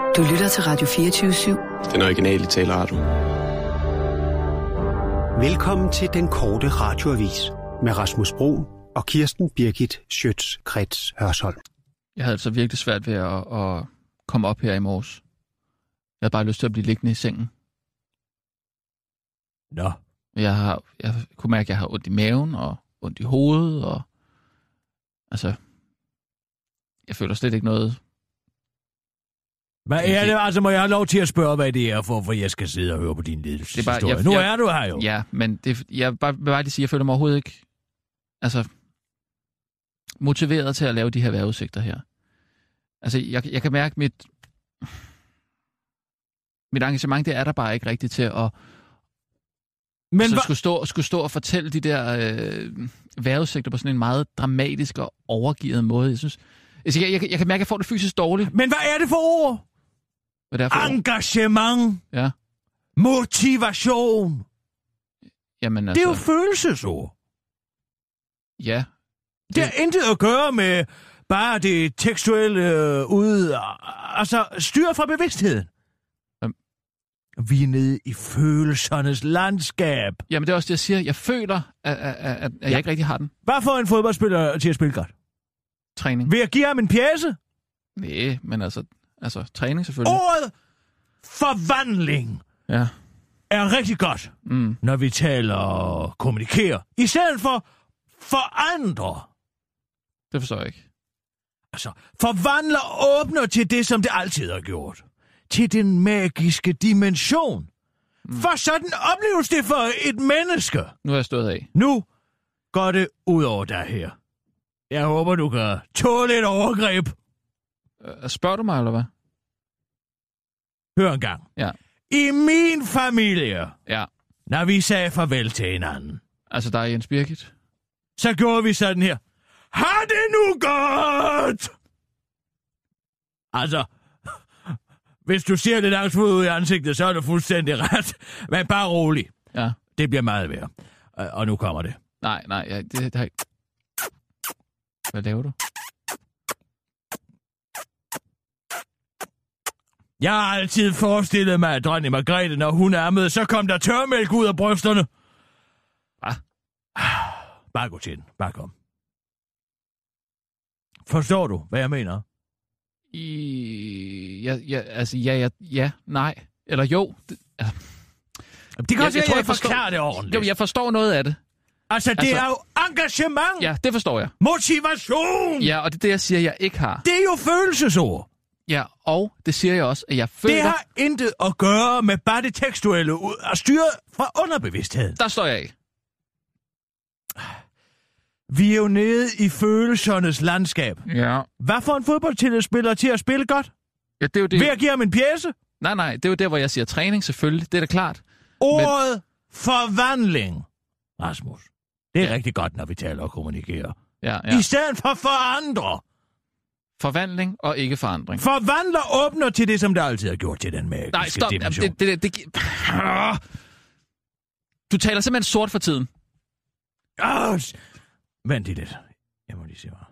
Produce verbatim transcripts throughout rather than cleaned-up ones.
Du lytter til Radio fireogtyve syv. Den originale taleradio. Velkommen til den korte radioavis med Rasmus Broen og Kirsten Birgit Schøtz-Krets Hørsholm. Jeg havde altså virkelig svært ved at, at komme op her i morges. Jeg havde bare lyst til at blive liggende i sengen. Nå. Jeg, har, jeg kunne mærke, at jeg har ondt i maven og ondt i hovedet. Og, altså, jeg føler slet ikke noget. Hvad er det? Altså, må jeg have lov til at spørge, hvad det er for, for jeg skal sidde og høre på din ledelseshistorie. Nu er du her jo. Ja, men det, jeg vil bare, bare lige sige, at jeg føler mig overhovedet ikke altså, motiveret til at lave de her vejrudsigter her. Altså, jeg, jeg kan mærke, mit mit engagement, det er der bare ikke rigtigt til at men altså, skulle, stå, skulle stå og fortælle de der øh, vejrudsigter på sådan en meget dramatisk og overgivet måde. Jeg synes, altså, jeg, jeg, jeg kan mærke, at jeg får det fysisk dårligt. Men hvad er det for ord? Hvad er det for engagement. Ord? Ja. Motivation. Jamen, altså, det er jo følelsesord. Ja. Det, det har intet at gøre med bare det tekstuelle øh, ud. Altså, styr fra bevidstheden. Um. Vi er nede i følelsernes landskab. Jamen, det er også det, jeg siger. Jeg føler, at, at, at, at ja. jeg ikke rigtig har den. Hvad får en fodboldspiller til at spille godt? Træning. Vil jeg give ham en pjæse? Nej, men altså, altså træning selvfølgelig. Ordet forvandling ja. er rigtig godt, mm. når vi taler kommunikere. I stedet for forandre. Det forstår jeg ikke. Altså, forvandler åbner til det, som det altid har gjort. Til den magiske dimension. Mm. For sådan opleves det for et menneske. Nu er jeg stået af. Nu går det ud over dig her. Jeg håber, du kan tåle et overgreb. Uh, spørger du mig, eller hvad? Hør en gang. Ja. I min familie, ja. når vi sagde farvel til hinanden. Altså, der er Jens Birgit. Så gjorde vi sådan her. Ha' det nu godt! Altså, hvis du ser lidt angstfuld ud i ansigtet, så er du fuldstændig ret. Men bare rolig. Ja. Det bliver meget værre. Og nu kommer det. Nej, nej, ja, det, det har ikke... Hvad laver du? Jeg har altid forestillet mig, at dronning Margrethe, når hun ammede, så kom der tørmælk ud af brysterne. Hvad? Bare gå til den. Bare kom. Forstår du, hvad jeg mener? I... Ja, ja, altså, ja, ja, ja, nej. Eller jo. Det, altså... det kan også være, jeg, jeg, jeg forklarer det ordentligt. Jo, jeg forstår noget af det. Altså, det altså, er jo engagement. Ja, det forstår jeg. Motivation. Ja, og det er det, jeg siger, jeg ikke har. Det er jo følelsesord. Ja, og det siger jeg også, at jeg føler... Det har intet at gøre med bare det tekstuelle og styre fra underbevidstheden. Der står jeg af. Vi er jo nede i følelsernes landskab. Ja. Hvad får en fodboldspiller til at spille godt? Ja, det er jo det. Vil jeg give ham en pjæse? Nej, nej, det er jo der, hvor jeg siger træning, selvfølgelig. Det er da klart. Ordet Men... forvandling, Rasmus. Det er ja. rigtig godt, når vi taler og kommunikerer. Ja, ja. I stedet for forandre. Forvandling og ikke forandring. Forvandler åbner til det, som det altid har gjort til den magiske Nej, stop. dimension. Det, det, det, det... Du taler simpelthen sort for tiden. Oh, vent lidt. Jeg må lige se mig.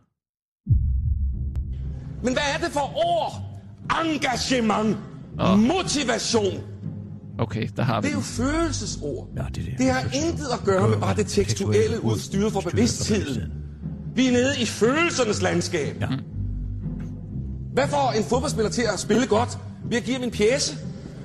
Men hvad er det for ord? Engagement. Oh. Motivation. Okay, der har vi det. er jo følelsesord. Ja, det, er det. det har intet at gøre med bare det tekstuelle udstyret for bevidstheden. Vi er nede i følelsernes landskab. Ja. Hvad får en fodboldspiller til at spille godt? Ved at give ham en pjæse?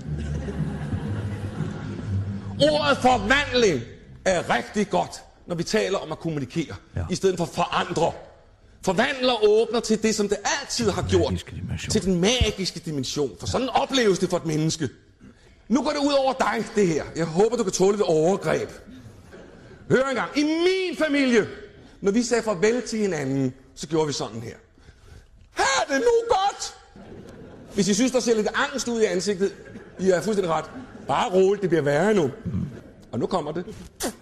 Ordet forvandling er rigtig godt, når vi taler om at kommunikere, ja. i stedet for forandre. Forvandler åbner til det, som det altid har gjort. Til den magiske dimension. For sådan opleves det for et menneske. Nu går det ud over dig, det her. Jeg håber, du kan tåle det overgreb. Hør engang. I min familie, når vi sagde farvel til hinanden, så gjorde vi sådan her. Ha' det nu godt! Hvis I synes, der ser lidt angst ud i ansigtet, I er fuldstændig ret. Bare roligt, det bliver værre nu. Og nu kommer det.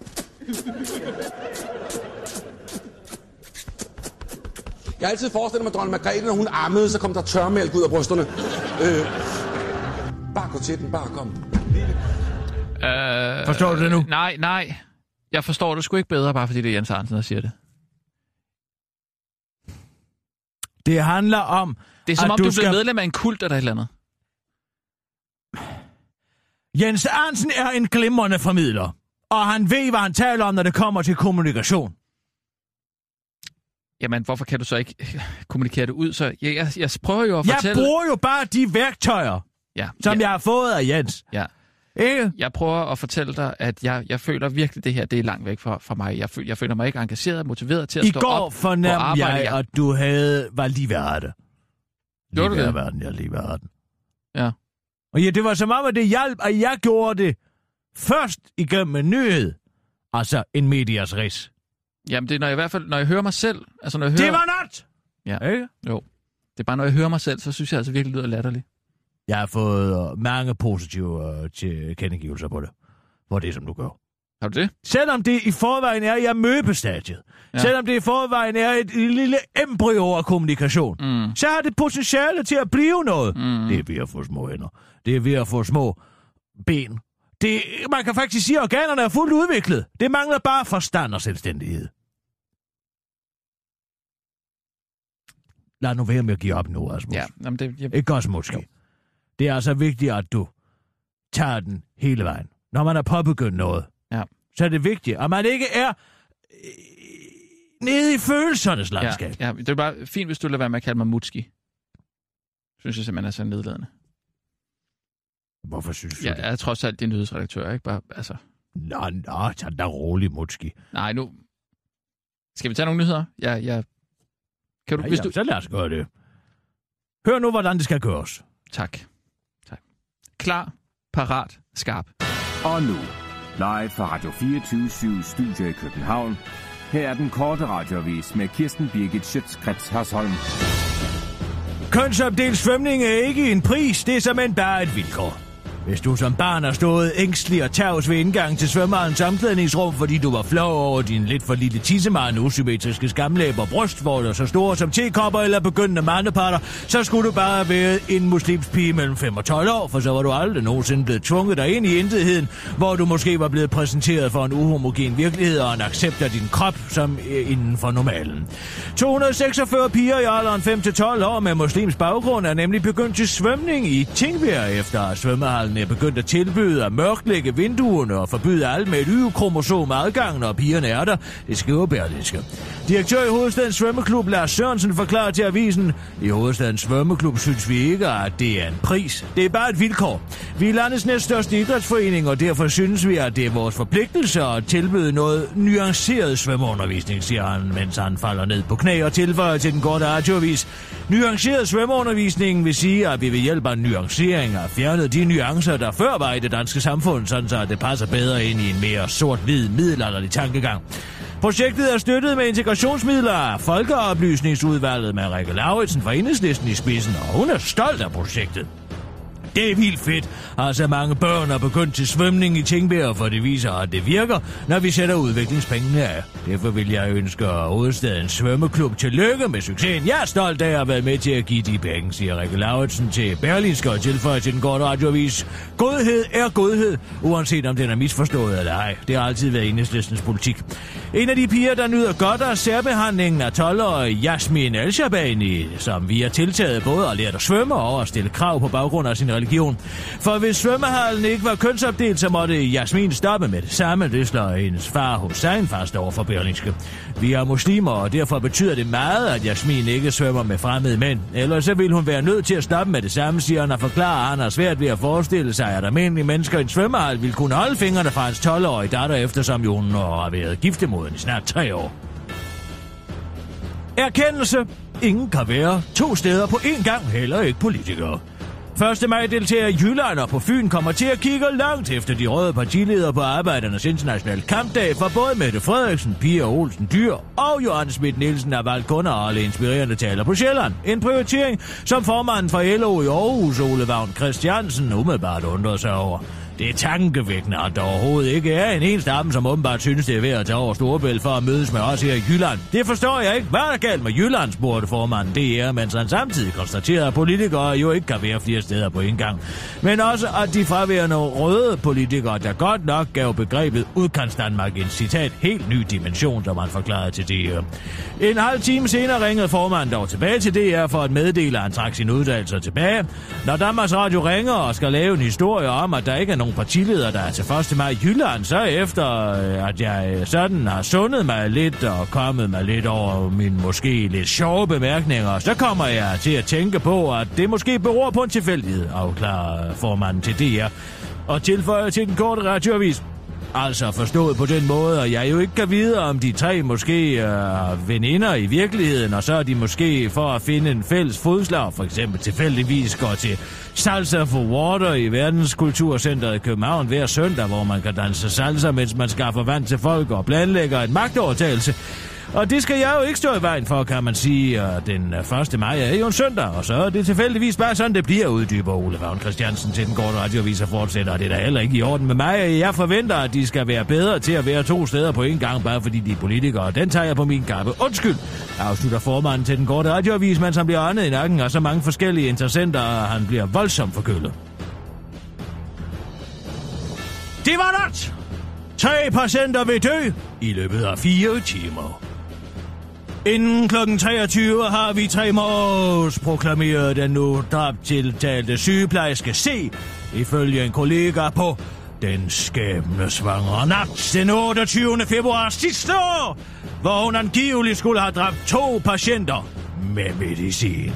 Jeg har altid forestillet mig, at dronning Margrethe, når hun ammede, så kom der tørmælk ud af brysterne. Øh, bare gå til den, bare kom. Øh, forstår du det nu? Nej, nej. Jeg forstår det sgu ikke bedre, bare fordi det er Jens Arnsen, der siger det. Det handler om... Det er som om, du, du skal... bliver medlem af en kult eller et eller andet. Jens Arnsen er en glimrende formidler, og han ved, hvad han taler om, når det kommer til kommunikation. Jamen, hvorfor kan du så ikke kommunikere det ud? Så jeg, jeg, jeg prøver jo at jeg fortælle... Jeg bruger jo bare de værktøjer, ja, som ja. jeg har fået af Jens. Ja. Ikke? Jeg prøver at fortælle dig, at jeg, jeg føler virkelig, det her det er langt væk fra, fra mig. Jeg føler, jeg føler mig ikke engageret og motiveret til at I stå går op og fornemmede jeg, jeg, at du havde, var lige ved det. Gjorde du det? Verden, jeg lige ved den. Ja. Og ja, det var som om, at det hjalp, at jeg gjorde det først igennem en nyhed. Altså en medias ris. Jamen, det er når jeg, i hvert fald, når jeg hører mig selv... Altså, når jeg hører... Det var not! Ja, ikke? Jo. Det er bare, når jeg hører mig selv, så synes jeg altså virkelig, det lyder latterligt. Jeg har fået uh, mange positive uh, tilkendegivelser på det. Hvor det er, som du gør. Har du det? Selvom det i forvejen er i amøbestadiet. Ja. Selvom det i forvejen er et lille embryo af kommunikation. Mm. Så har det potentiale til at blive noget. Mm. Det er ved at få små hænder. Det er ved at få små ben. Det, man kan faktisk sige, at organerne er fuldt udviklet. Det mangler bare forstand og selvstændighed. Lad nu være med at give op nu, Rasmus. Ja, jamen det... Jeg... Ikke også måske. Jo. Det er altså vigtigt, at du tager den hele vejen. Når man er påbegyndt noget, ja. Så er det vigtigt, at man ikke er øh, nede i følelsernes landskab. Ja, ja, det er bare fint, hvis du lader være med at kalde mig Mutski. Synes jeg simpelthen er så nedladende. Hvorfor synes du ja, det? Jeg er trods alt din nyhedsredaktør, ikke? Bare, altså... Nå, nå, tag da rolig, Mutski. Nej, nu... Skal vi tage nogle nyheder? Ja, ja. Kan du, ja, hvis ja, du... så lad os gøre det. Hør nu, hvordan det skal gøres. Tak. tak. Klar, parat, skarp. Og nu, live fra Radio fireogtyve syv Studio i København. Her er den korte radioavis med Kirsten Birgit Schøtz-Krets Hørsholm. Kønsopdelt svømning er ikke en pris, det er simpelthen bare et vilkår. Hvis du som barn har stået ængstelig og tavs ved indgangen til svømmerens omklædningsrum, fordi du var flov over din lidt for lille tissemand, usymmetriske skamlæber, brystvorter så store som tekopper eller begyndende mandeparter, så skulle du bare have været en muslimsk pige mellem fem og tolv år, for så var du aldrig nogensinde blevet tvunget dig ind i intetheden, hvor du måske var blevet præsenteret for en uhomogen virkelighed og en accept af din krop som inden for normalen. to hundrede og seksogfyrre piger i alderen fem til tolv år med muslims baggrund er nemlig begyndt til svømning i Tingbjerg, efter at svømmehallen er begyndt at tilbyde at mørklægge vinduerne og forbyde alt med et Y-kromosom adgang, når pigerne er der. Det skriver Berlingske. Direktør i Hovedstadens Svømmeklub Lars Sørensen forklarer til avisen: i Hovedstadens Svømmeklub synes vi ikke, at det er en pris. Det er bare et vilkår. Vi er landets næststørste idrætsforening, og derfor synes vi, at det er vores forpligtelse at tilbyde noget nuanceret svømmeundervisning, siger han, mens han falder ned på knæ og tilføjer til den korte radioavis. Nuanceret svømmeundervisning vil sige, at vi ved hjælp af nuancering har fjernet de nuancer, der før var i det danske samfund, sådan så det passer bedre ind i en mere sort-hvid middelalderlig tankegang. Projektet er støttet med integrationsmidler af Folkeoplysningsudvalget med Rikke Lauritsen fra Enhedslisten i spidsen, og hun er stolt af projektet. Det er vildt fedt, at så mange børn er begyndt til svømning i Tingbjerg, for det viser, at det virker, når vi sætter udviklingspengene af. Derfor vil jeg ønske Hovedstadens Svømmeklub tillykke med succesen. Jeg er stolt af at have været med til at give de penge, siger Rikke Lauritsen til Berlingske og tilføjer til den korte radioavis. Godhed er godhed, uanset om den er misforstået eller ej. Det har altid været Enhedslistens politik. En af de piger, der nyder godt af særbehandlingen af tolv-årige Jasmin El-Shabani, som vi har tiltaget både at lære at svømme og at stille krav på baggrund af sin religion. For hvis svømmehallen ikke var kønsopdelt, så måtte Jasmin stoppe med det samme. Det slår hendes far Hussein fast over for Berlingske. Vi er muslimer, og derfor betyder det meget, at Jasmin ikke svømmer med fremmede mænd. Ellers så vil hun være nødt til at stoppe med det samme, siger han og forklarer, at han har svært ved at forestille sig, at almindelige mennesker i en svømmehal vil kunne holde fingrene fra hans tolv-årige datter, eftersom jo hun har været giftemoden i snart tre år. Erkendelse. Ingen kan være to steder på én gang, heller ikke politikere. første maj deltager Jylland og på Fyn kommer til at kigge langt efter de røde partiledere på Arbejdernes Internationale Kampdag, for både Mette Frederiksen, Pia Olsen Dyr og Johannes Schmidt-Nielsen har valgt kunder og alle inspirerende taler på Sjælland. En prioritering, som formanden for L O i Aarhus, Ole Vagn Christiansen, umiddelbart undrer sig over. Det er tankevækkende, at der overhovedet ikke er en eneste af dem, som åbenbart synes, det er værd at tage over Storebælt for at mødes med os her i Jylland. Det forstår jeg ikke. Hvad er der galt med Jylland, spurgte formanden D R, mens han samtidig konstaterer, at politikere jo ikke kan være flere steder på en gang. Men også, at de fraværende røde politikere, der godt nok gav begrebet Udkantsdanmark en citat helt ny dimension, som han forklarede til D R. En halv time senere ringede formanden dog tilbage til D R for at meddele, at han trak sine udtalelser tilbage. Når Danmarks Radio ringer og skal lave en historie om, at der ikke er nogen nogle partiledere, der er til første maj i Jylland, så efter at jeg sådan har sundet mig lidt og kommet mig lidt over mine måske lidt sjove bemærkninger, så kommer jeg til at tænke på, at det måske beror på en tilfældighed, afklarer formanden til D R, og tilføjer til den korte radioavis. Altså forstået på den måde, at jeg jo ikke kan vide, om de tre måske er veninder i virkeligheden, og så er de måske for at finde en fælles fodslag, for eksempel tilfældigvis går til Salsa for Water i Verdenskulturcenteret i København hver søndag, hvor man kan danse salsa, mens man skaffer vand til folk og planlægger en magtovertagelse. Og det skal jeg jo ikke stå i vejen for, kan man sige. Og den første maj er jo en søndag, og så er det tilfældigvis bare sådan, det bliver, uddyber Ole Vagn Christiansen til den korte radioavis og fortsætter. Og det er da heller ikke i orden med mig. Jeg forventer, at de skal være bedre til at være to steder på en gang, bare fordi de er politikere. Den tager jeg på min kappe. Undskyld, afslutter formanden til den korte radioavis, mens han bliver åndet i nakken, og så mange forskellige interessenter, og han bliver voldsomt forkølet. Det var not! Tre patienter vil dø i løbet af fire timer. Inden klokken treogtyve har vi tre mås proklameret den nu dræbt tiltalte sygeplejerske C, ifølge en kollega på den skæbnesvangre nat den otteogtyvende februar sidste år, hvor hun angiveligt skulle have dræbt to patienter med medicin.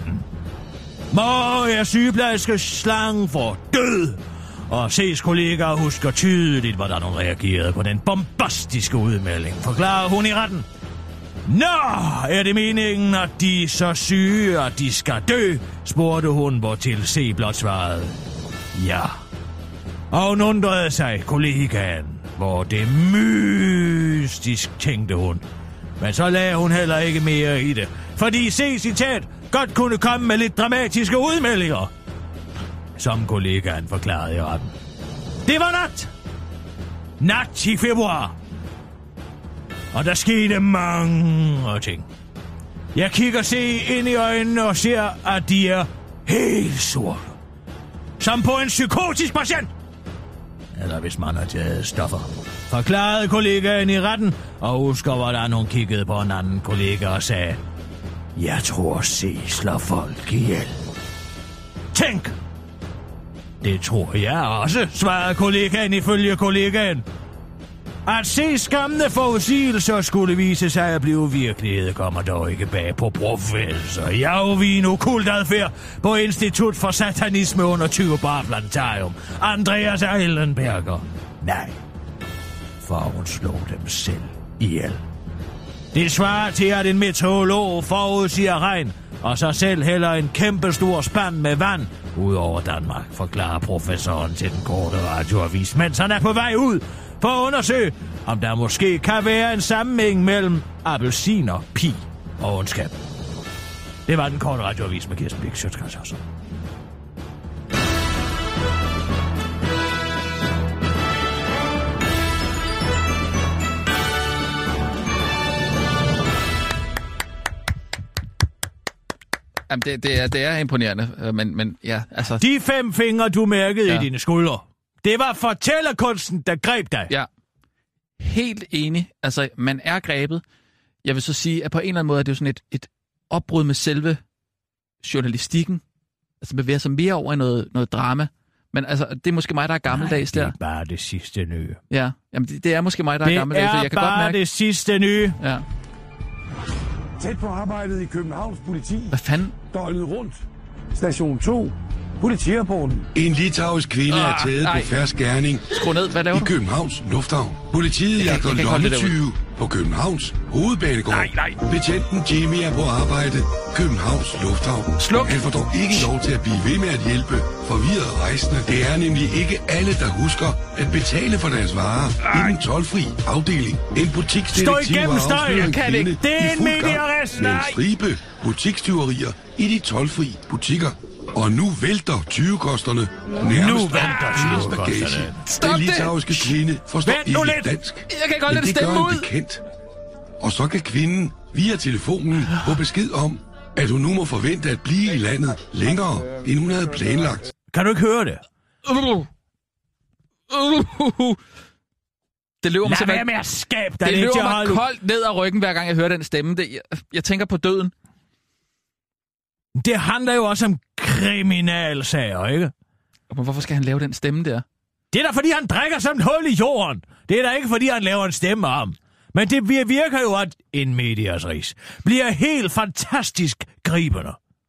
Må er sygeplejerske slang for død, og C's kollegaer husker tydeligt, hvordan hun reagerede på den bombastiske udmelding, forklarer hun i retten. Nå, er det meningen, at de er så syge, at de skal dø, spurgte hun, hvortil C blot svarede. Ja. Og hun undrede sig kollegaen, hvor det mystisk, tænkte hun. Men så lagde hun heller ikke mere i det, fordi C, citat, godt kunne komme med lidt dramatiske udmeldinger, som kollegaen forklarede i retten. Det var nat! Nat i februar! Og der skete mange ting. Jeg kigger C ind i øjnene og ser, at de er helt sorte. Som på en psykotisk patient. Eller hvis man har taget stoffer. Forklarede kollegaen i retten, og husker, hvordan hun kiggede på en anden kollega og sagde, jeg tror C slår folk ihjel. Tænk! Det tror jeg også, svarede kollegaen ifølge kollegaen. At se skræmmende forudsigelser skulle vise sig at blive virkelighed, kommer dog ikke bag på professor Javvin okkult adfærd på Institut for Satanisme under Tychobar Plantarium, Andreas Eilenberger. Nej, for hun slog dem selv ihjel. Det svarer til, at en meteorolog forudsiger regn, og så selv hælder en kæmpestor spand med vand ud over Danmark, forklarer professoren til den korte radioavis, mens han er på vej ud for at undersøge, om der måske kan være en sammenhæng mellem appelsiner, pi og ondskab. Det var den korte radioavis med Kirsten Birgit Schøtz-Krets Hørsholm. Jamen, det, det, er, det er imponerende, men, men ja, altså... De fem fingre, du mærkede ja. i dine skuldre, det var fortællerkunsten, der greb dig. Ja, helt enig. Altså, man er grebet. Jeg vil så sige, at på en eller anden måde er det jo sådan et, et opbrud med selve journalistikken. Altså, bevæger sig mere over i noget, noget drama. Men altså, det er måske mig, der er gammeldags der. Nej, det er bare det sidste nye. Ja, jamen, det, det er måske mig, der er det gammeldags. Det er jeg kan bare godt mærke... det sidste nye. Ja. Tæt på arbejdet i Københavns politi. Hvad fanden? Døgnet rundt. Station to. Politirapporten. En litauisk kvinde ah, er taget ej. på fersk gerning Skru ned. Hvad laver i du? Københavns Lufthavn. Politiet jagter lommetyve på Københavns hovedbanegård. Nej, nej. Betjenten Jimmy er på arbejde. Københavns Lufthavn. Sluk. Han får dog ikke lov til at blive ved med at hjælpe forvirrede rejsende. Det er nemlig ikke alle, der husker at betale for deres varer ej. i den toldfri afdeling. En butiksdetektiv har afsløret en kvinde det er i fuld gang med en stribe butikstyverier i de toldfri butikker. Og nu vælter tyvekosterne nærmest om bagage. Den litauiske kvinde forstår ikke lidt. dansk, jeg kan godt men det gør en ud. bekendt. Og så kan kvinden via telefonen få besked om, at hun nu må forvente at blive i landet længere, end hun havde planlagt. Kan du ikke høre det? Det løber mig Lad være med at skabe dig det. Det løber mig koldt ned ad ryggen, hver gang jeg hører den stemme. Det, jeg, jeg tænker på døden. Det handler jo også om kriminalsager, ikke? Men hvorfor skal han lave den stemme der? Det er da, fordi han drikker som et hul i jorden. Det er da ikke, fordi han laver en stemme om. Men det virker jo, at en medias ris bliver helt fantastisk gribende.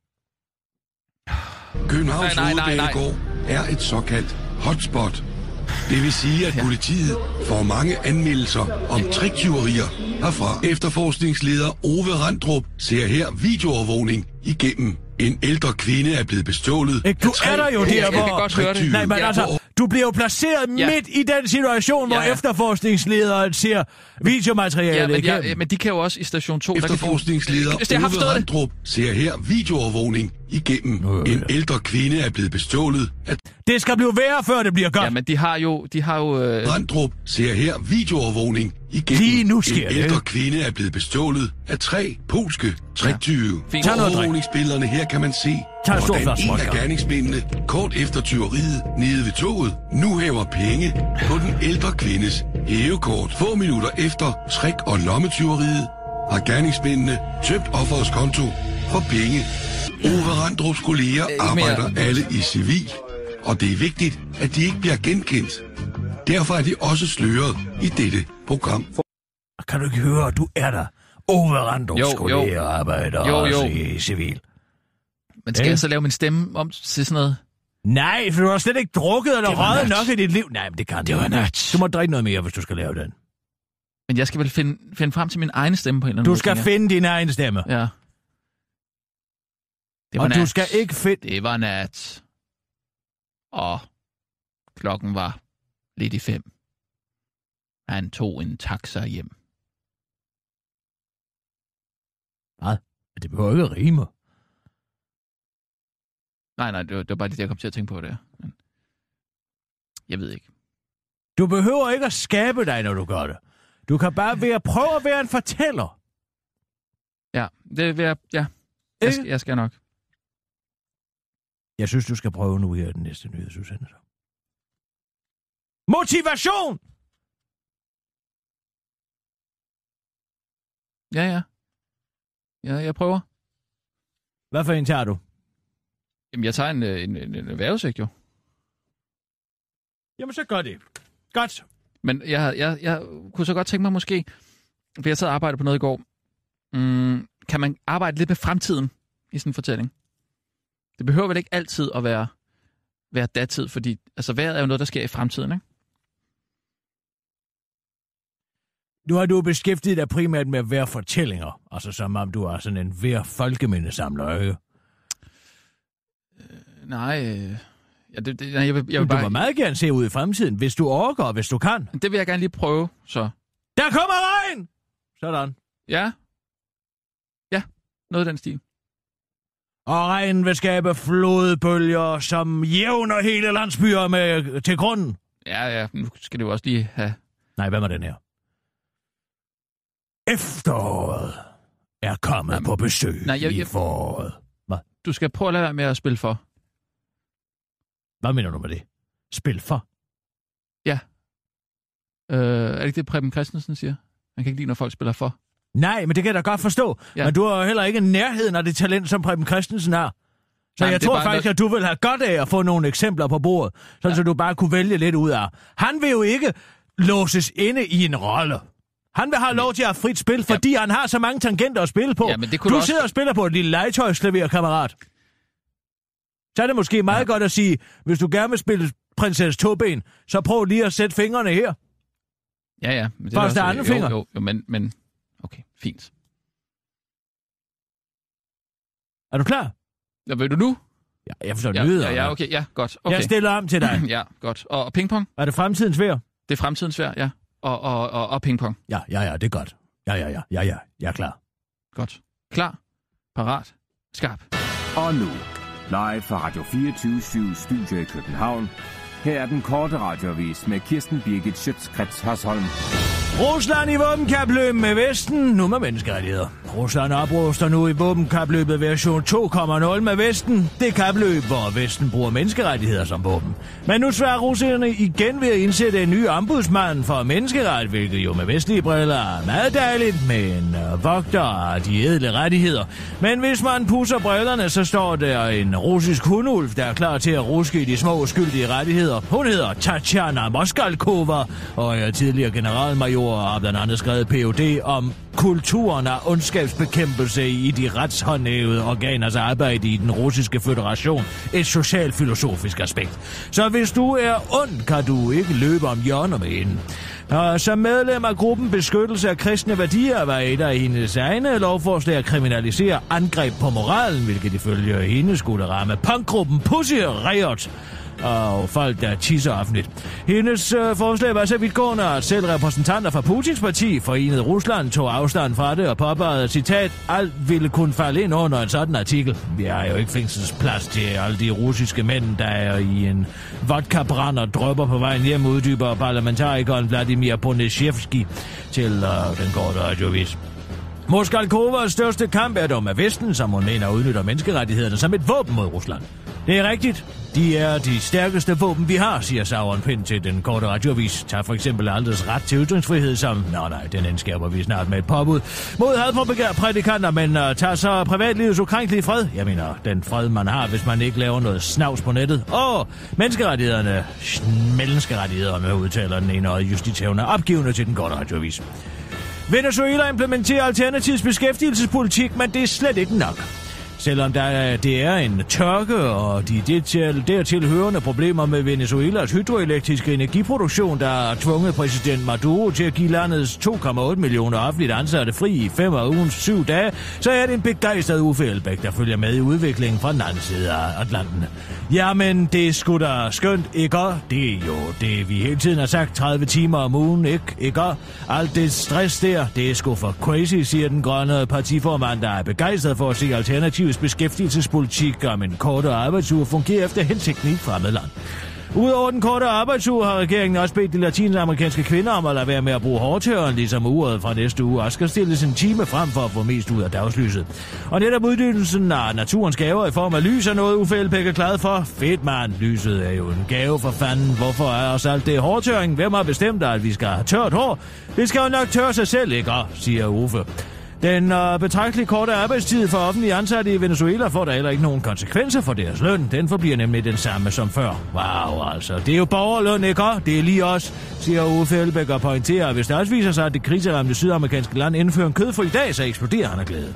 Københavns Hovedbanegård er et såkaldt hotspot. Det vil sige, at politiet får mange anmeldelser om triktyverier herfra. Efterforskningsleder Ove Randrup ser her videoovervågning igennem. En ældre kvinde er blevet bestjålet. Ikke, du er der jo der, hvor... Jeg kan godt høre det. Nej, men altså, du bliver jo placeret ja. midt i den situation, hvor ja, ja. efterforskningslederen ser videomateriale ja, men, igennem. Ja, men de kan jo også i station to... Efterforskningsleder Ove Randrup ser her videoovervågning igennem. Øh, en ældre kvinde er blevet bestjålet. At... Det skal blive værre, før det bliver godt. Ja, men de har jo... De har jo øh... Randrup ser her videoovervågning igennem. Lige nu sker en det. ældre kvinde er blevet bestjålet af tre polske triktyve. Ja. På overvågningsbillederne her kan man se, hvordan en af gerningsmændene kort efter tyveriet nede ved toget nu hæver penge på den ældre kvindes hævekort. Få minutter efter trik- og lommetyveriet har gerningsmændene tømt offerets konto for penge. Ove Randrups kolleger arbejder alle i civil, og det er vigtigt, at de ikke bliver genkendt. Derfor er de også sløret i dette program. Kan du ikke høre, du er der? Ove Randrups kolleger arbejder jo, også jo. i civil. Men skal ja. jeg så lave min stemme om til sådan noget? Nej, for du har slet ikke drukket eller røget nok i dit liv. Nej, men det kan det var nat. Du må drikke noget mere, hvis du skal lave den. Men jeg skal vel finde, finde frem til min egen stemme på en eller anden Du måde. skal finde din egen stemme. Ja. Det var og nat. du skal ikke finde... Det var nat. Og klokken var lidt i fem. Han tog en taxa hjem. Hvad? Det behøver ikke at rime. Nej, nej, det var, det var bare det, jeg kom til at tænke på det. Men jeg ved ikke. Du behøver ikke at skabe dig, når du gør det. Du kan bare være, prøve at være en fortæller. Ja, det vil jeg... Ja, jeg skal, jeg skal nok. Jeg synes, du skal prøve nu her den næste nyhedsudsendelse. Motivation! Ja, ja. Ja, jeg prøver. Hvad for en tager du? Jamen, jeg tager en, en, en, en vejrudsigt, jo. Jamen, så gør det. Godt. Men jeg, jeg, jeg kunne så godt tænke mig måske, for jeg sad og arbejdede på noget i går, mm, kan man arbejde lidt med fremtiden i sådan en fortælling? Det behøver vel ikke altid at være, være datid, fordi altså, vejret er jo noget, der sker i fremtiden, ikke? Nu har du beskæftiget dig primært med vejrfortællinger, altså som om du er sådan en vejrfolkemindesamler, ikke? Øh, nej, øh, ja, det, det, jeg vil, jeg vil du bare... må meget gerne se ud i fremtiden, hvis du orker, hvis du kan. Det vil jeg gerne lige prøve, så. Der kommer regn! Sådan. Ja. Ja, noget af den stil. Og regnen vil skabe flodbølger, som jævner hele landsbyer med til grunden. Ja, ja, nu skal det jo også lige have... Nej, hvad med den her? Efteråret er kommet Jamen, på besøg nej, jeg, jeg, i foråret. Hvad? Du skal prøve at lade være med at spille for. Hvad mener du med det? Spil for? Ja. Øh, er det ikke det, Preben Christensen siger? Han kan ikke lide, når folk spiller for. Nej, men det kan jeg da godt forstå. Ja. Men du har heller ikke nærheden af det talent, som Preben Christensen har. Så Nej, jeg tror faktisk, noget... at du vil have godt af at få nogle eksempler på bordet, sådan ja. så du bare kunne vælge lidt ud af. Han vil jo ikke låses inde i en rolle. Han vil have lov til at have frit spil, fordi ja. han har så mange tangenter at spille på. Ja, men det kunne du også... sidder og spiller på et lille legetøjsklaver, kammerat. Så er det måske meget ja. godt at sige, hvis du gerne vil spille prinsesse Toben, så prøv lige at sætte fingrene her. Ja, ja. Men det Først der andre fingre. Jo, jo, men, men... Okay, fint. Er du klar? Ja, vil du nu? Ja, jeg forstår ja, nyheder. Ja, ja, okay, ja, godt. Okay. Jeg stiller om til dig. Ja, godt. Og, og pingpong? Er det fremtidens vejr? Det er fremtidens vejr, ja. Og, og, og, og pingpong. Ja, ja, ja, det er godt. Ja, ja, ja, ja, ja, jeg er klar. Godt. Klar, parat, skarp. Og nu, live fra Radio fireogtyve syv Studio i København. Her er den korte radioavis med Kirsten Birgit Schøtz-Krets Hasholm. Rusland i våbenkapløb med Vesten, nu med menneskerettigheder. Rusland opruster nu i våbenkapløbet version to punkt nul med Vesten. Det kapløb, hvor Vesten bruger menneskerettigheder som våben. Men nu svarer russerne igen ved at indsætte en ny ombudsmand for menneskeret, hvilket jo med vestlige briller er meget dejligt, med en vogter af de ædle rettigheder. Men hvis man pusser brillerne, så står der en russisk hundulv, der er klar til at ruske i de små uskyldige rettigheder. Hun hedder Tatjana Moskalkova, og er tidligere generalmajor og har blandt andet skrevet P H D om kulturen af ondskabsbekæmpelse i de retshåndhævede organers arbejde i den russiske føderation. Et socialfilosofisk aspekt. Så hvis du er ond, kan du ikke løbe om hjørner med hende. Og som medlem af gruppen Beskyttelse af kristne værdier var et af hendes egne lovforslag at kriminalisere angreb på moralen, hvilket ifølge hende skulle ramme punkgruppen Pussy Riot og folk, der tisser offentligt. Hendes øh, forslag var så vidtgående, at selv repræsentanter fra Putins parti, Forenet Rusland, tog afstand fra det og påbegede, citat, alt ville kunne falde ind under en sådan artikel. Vi har jo ikke fængselsplads til alle de russiske mænd, der er i en vodka-brand og drøber på vejen hjem, uddyber parlamentarikeren Vladimir Boneshevski til øh, den korte radiovis. Moskalkovas største kamp er dog med Vesten, som hun mener udnytter menneskerettighederne som et våben mod Rusland. Det er rigtigt. De er de stærkeste våben, vi har, siger Sauron Pind til den korte radiovis. Tag for eksempel alders ret til ytringsfrihed som... Nå nej, den indskærper vi snart med et påbud mod hadprædikanter, men uh, tager så privatlivets ukrænkelige fred. Jeg mener, den fred, man har, hvis man ikke laver noget snavs på nettet. Og menneskerettighederne, menneskerettighederne, udtaler den ene og justitshævner opgivende til den korte radiovis. Venezuela implementerer Alternativets beskæftigelsespolitik, men det er slet ikke nok. Selvom der, det er en tørke og de dertil, dertil hørende problemer med Venezuelas hydroelektriske energiproduktion, der har tvunget præsident Maduro til at give landets to komma otte millioner offentligt ansatte fri i fem af ugens syv dage, så er det en begejstret Uffe Elbæk, der følger med i udviklingen fra den anden side af Atlanten. Jamen, det er sgu da skønt, ikke? Det er jo det, vi hele tiden har sagt, tredive timer om ugen, ikke? Ikke? Alt det stress der, det er sgu for crazy, siger den grønne partiformand, der er begejstret for at se Alternativets beskæftigelsespolitik om en kortere arbejdsuge fungerer efter hensigten i et fremmed land. Udover den korte arbejdsuge har regeringen også bedt de latinamerikanske kvinder om at lade være med at bruge hårtørren, ligesom uret fra næste uge også skal stilles en time frem for at få mest ud af dagslyset. Og netop udnyttelsen af naturens gaver i form af lys er noget Uffe Elbæk er glad for. Fedt mand, lyset er jo en gave for fanden. Hvorfor er os alt det hårtørring? Hvem har bestemt at vi skal have tørt hår? Det skal jo nok tørre sig selv, ikke? Siger Uffe. Den øh, betragtelige korte arbejdstid for offentlige ansatte i Venezuela får der heller ikke nogen konsekvenser for deres løn. Den forbliver nemlig den samme som før. Wow, altså. Det er jo borgerløn, ikke? Det er lige os, siger Uffe Elbæk og pointerer. Hvis der også viser sig, at det kriseramte sydamerikanske land indfører en kødfri dag, så eksploderer han af glæde.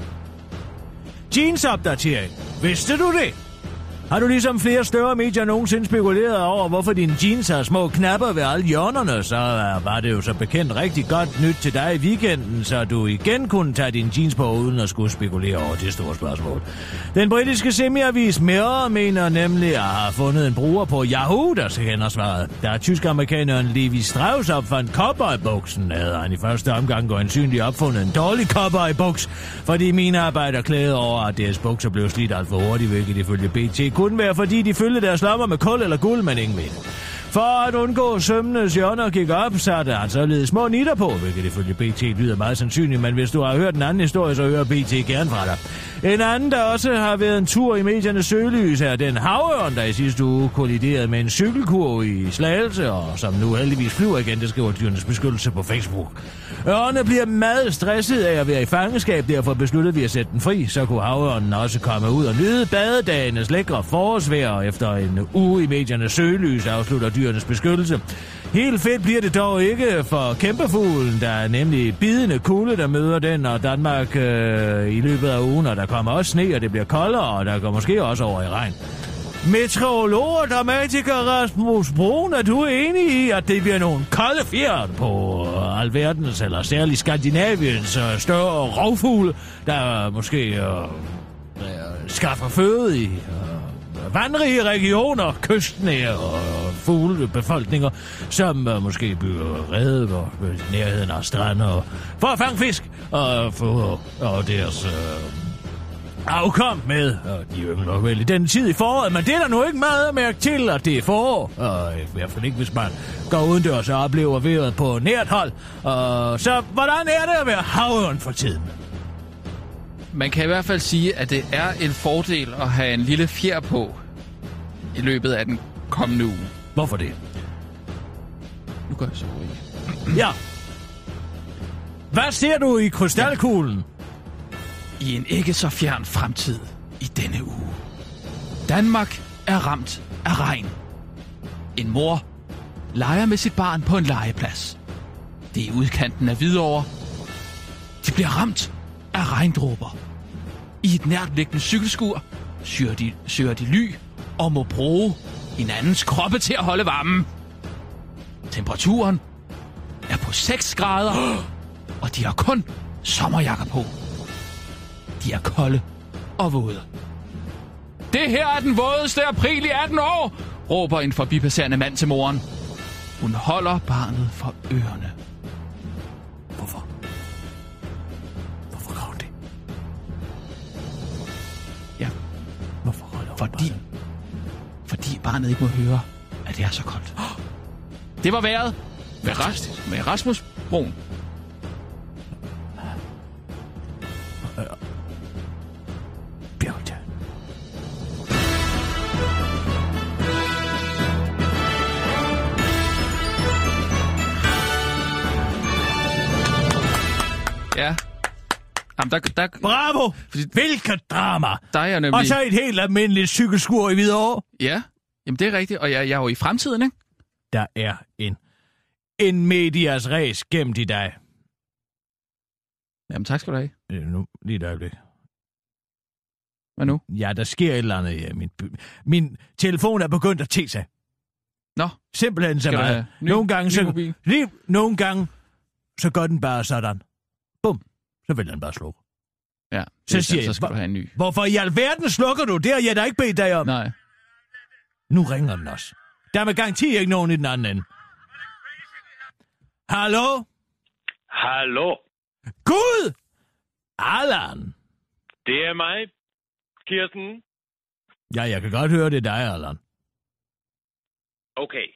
Jeans-opdatering. Vidste du det? Har du ligesom flere større medier nogensinde spekuleret over, hvorfor dine jeans har små knapper ved alle hjørnerne, så var det jo så bekendt rigtig godt nyt til dig i weekenden, så du igen kunne tage dine jeans på, uden at skulle spekulere over det store spørgsmål. Den britiske semiavis Mirror mener nemlig at have fundet en bruger på Yahoo, der kender svaret. Da tysk-amerikaneren Levi Strauss opfandt cowboybuksen, havde han i første omgang øjensynligt opfundet en dårlig cowboybuks, fordi mine arbejdere klagede over, at deres bukser blev slidt alt for hurtigt, hvilket ifølge B T kunne være, fordi de fyldte deres lommer med kul eller guld, men ingen ved det. For at undgå sømmenes hjørner gik op, satte han således små nitter på, hvilket ifølge B T lyder meget sandsynligt, men hvis du har hørt en anden historie, så hører B T gerne fra dig. En anden, der også har været en tur i mediernes søgelys, er den havørn, der i sidste uge kolliderede med en cykelkurv i Slagelse, og som nu heldigvis flyver igen, det skriver Dyrenes Beskyttelse på Facebook. Ørne bliver meget stresset af at være i fangenskab, derfor besluttede vi at sætte den fri, så kunne havørnen også komme ud og nyde badedagenes lækre forårsvejr efter en uge i mediernes søgelys, afslutter Dyrenes Beskyttelse. Helt fedt bliver det dog ikke for kæmpefuglen, der er nemlig bidende kulde, der møder den og Danmark øh, i løbet af ugen, og der kommer også sne, og det bliver koldere, og der går måske også over i regn. Meteorolog og dramatiker Rasmus Brun, er du enig i, at det bliver nogle kolde fjer på alverdens, eller særligt Skandinaviens uh, større rovfugle, der måske uh, uh, skaffer føde i uh, vandrige regioner, kystnære uh, fuglebefolkninger, som uh, måske bygger rede på nærheden af strande for at fange fisk og få og deres uh, afkom med, og de yngler nok vel i den tid i foråret, men det er der nu ikke meget at mærke til, at det er forår, og i hvert fald ikke, hvis man går udendørs og oplever vejret på nært hold. Og så hvordan er det at være havørn for tiden? Man kan i hvert fald sige, at det er en fordel at have en lille fjer på i løbet af den kommende uge. Hvorfor det? Nu gør jeg så ikke. Ja. Hvad ser du i krystalkuglen? I en ikke så fjern fremtid i denne uge. Danmark er ramt af regn. En mor leger med sit barn på en legeplads. Det er i udkanten af Hvidovre. De bliver ramt af regndråber. I et nærtliggende cykelskur søger de, søger de ly og må bruge hinandens kroppe til at holde varmen. Temperaturen er på seks grader, og de har kun sommerjakker på. De er kolde og våde. Det her er den vådeste april i atten år, råber en forbipasserende mand til moren. Hun holder barnet for ørerne. Hvorfor? Hvorfor gør hun det? Ja. Hvorfor holder hun Fordi, barnet? fordi barnet ikke må høre, at det er så koldt. Det var vejret med, Ras, med Rasmus Broen. Bjergtag. Ja. Jamen, der, der, Bravo! Hvilket drama! Der er jeg nemlig... Og så et helt almindeligt cykelskur i Hvidovre. Ja, jamen det er rigtigt. Og jeg, jeg er jo i fremtiden, ikke? Der er en, en medias res gemt i dig. Jamen tak skal du have. Øh, nu, lige et øjeblik. Hvad nu? Ja, der sker et eller andet. Ja. Min, min telefon er begyndt at te sig. Nå. Simpelthen så Skal du meget. have ny- Nogle gange, ny så, mobil? lige, nogle gange, så gør den bare sådan. Bum. Så vil den bare slukke. Ja, Så så, siger så jeg, skal hvor- du have en ny. Hvorfor i alverden slukker du? Det har jeg da ikke bedt dig om. Nej. Nu ringer den også. Der er med garanti ikke nogen i den anden ende. Hallo? Hallo, Gud! Allan! det er mig, Kirsten. Ja, jeg kan godt høre, det er dig, Allan. Okay.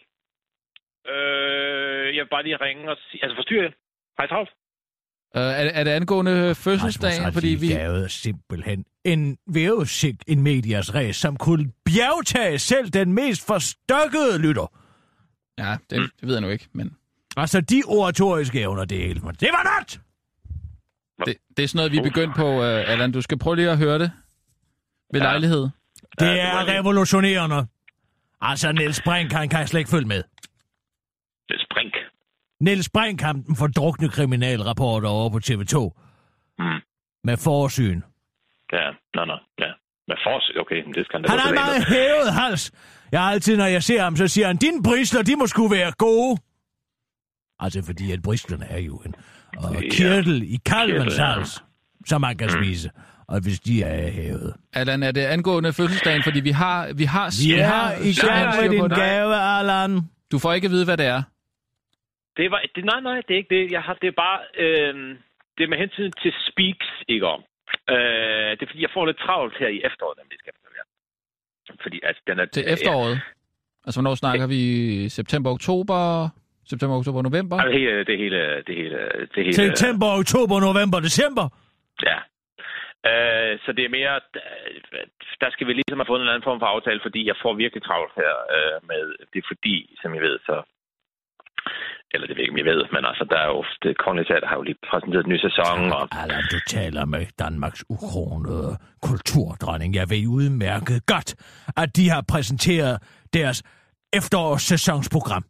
Øh, jeg vil bare lige ringe og sige... Altså, forstyrre jeg? Hej, travlt. Uh, er, er det angående fødselsdagen? Fordi vi... lavede simpelthen en vævesigt, en medias res, som kunne bjergtage selv den mest forstokkede lytter. Ja, det, det ved jeg nu ikke, men... Altså, de oratoriske evner, det er helt... Det var not! Det, det er sådan noget, vi er begyndt på, uh, Allan. Du skal prøve lige at høre det ved ja. lejlighed. Det Ja, er det var- revolutionerende. Altså, Niels Brink, han kan jeg slet ikke følge med. Det er sprink. Niels Brink, han den fordrukne kriminalrapporter over på T V to. Mm. Med forsyn. Ja, nå, nå, ja. Hvad for... Okay, men det skal han da Han gå har en til meget med. hævet hals. Jeg har altid, når jeg ser ham, så siger han, dine brisler, de må sgu være gode. Altså, fordi at brislerne er jo en og Ja. kirtel i kalvens Kirtel, ja. hals, som man kan spise. Og hvis de er hævet. Allan, er det angående fødselsdagen? Fordi vi har... Vi har, Vi vi er har i simpelthen gang styr med på din det. gave, Allan. Du får ikke at vide, hvad det er. Det var... Det, nej, nej, det er ikke det. Jeg har... Det er bare... Øh, det er med hensyn til Speaks, ikke om. Øh, det er fordi, jeg får lidt travlt her i efteråret, nemlig skal jeg være. Fordi, altså, den er... Til efteråret? Altså, hvornår snakker vi? September, oktober? September, oktober, november? Ja, det hele... Det hele... Det hele... Det hele September, oktober, november, december. Ja. Øh, så det er mere, øh, der skal vi ligesom have fundet en eller anden form for aftale, fordi jeg får virkelig travlt her øh, med, det er fordi, som I ved, så, eller det ved jeg ikke, om I ved, men altså, der er jo, det Kongelige Teater har jo lige præsenteret en ny sæson, og... Allan, du taler med Danmarks ukronede kulturdronning. Jeg ved udmærket godt, at de har præsenteret deres efterårssæsonsprogram.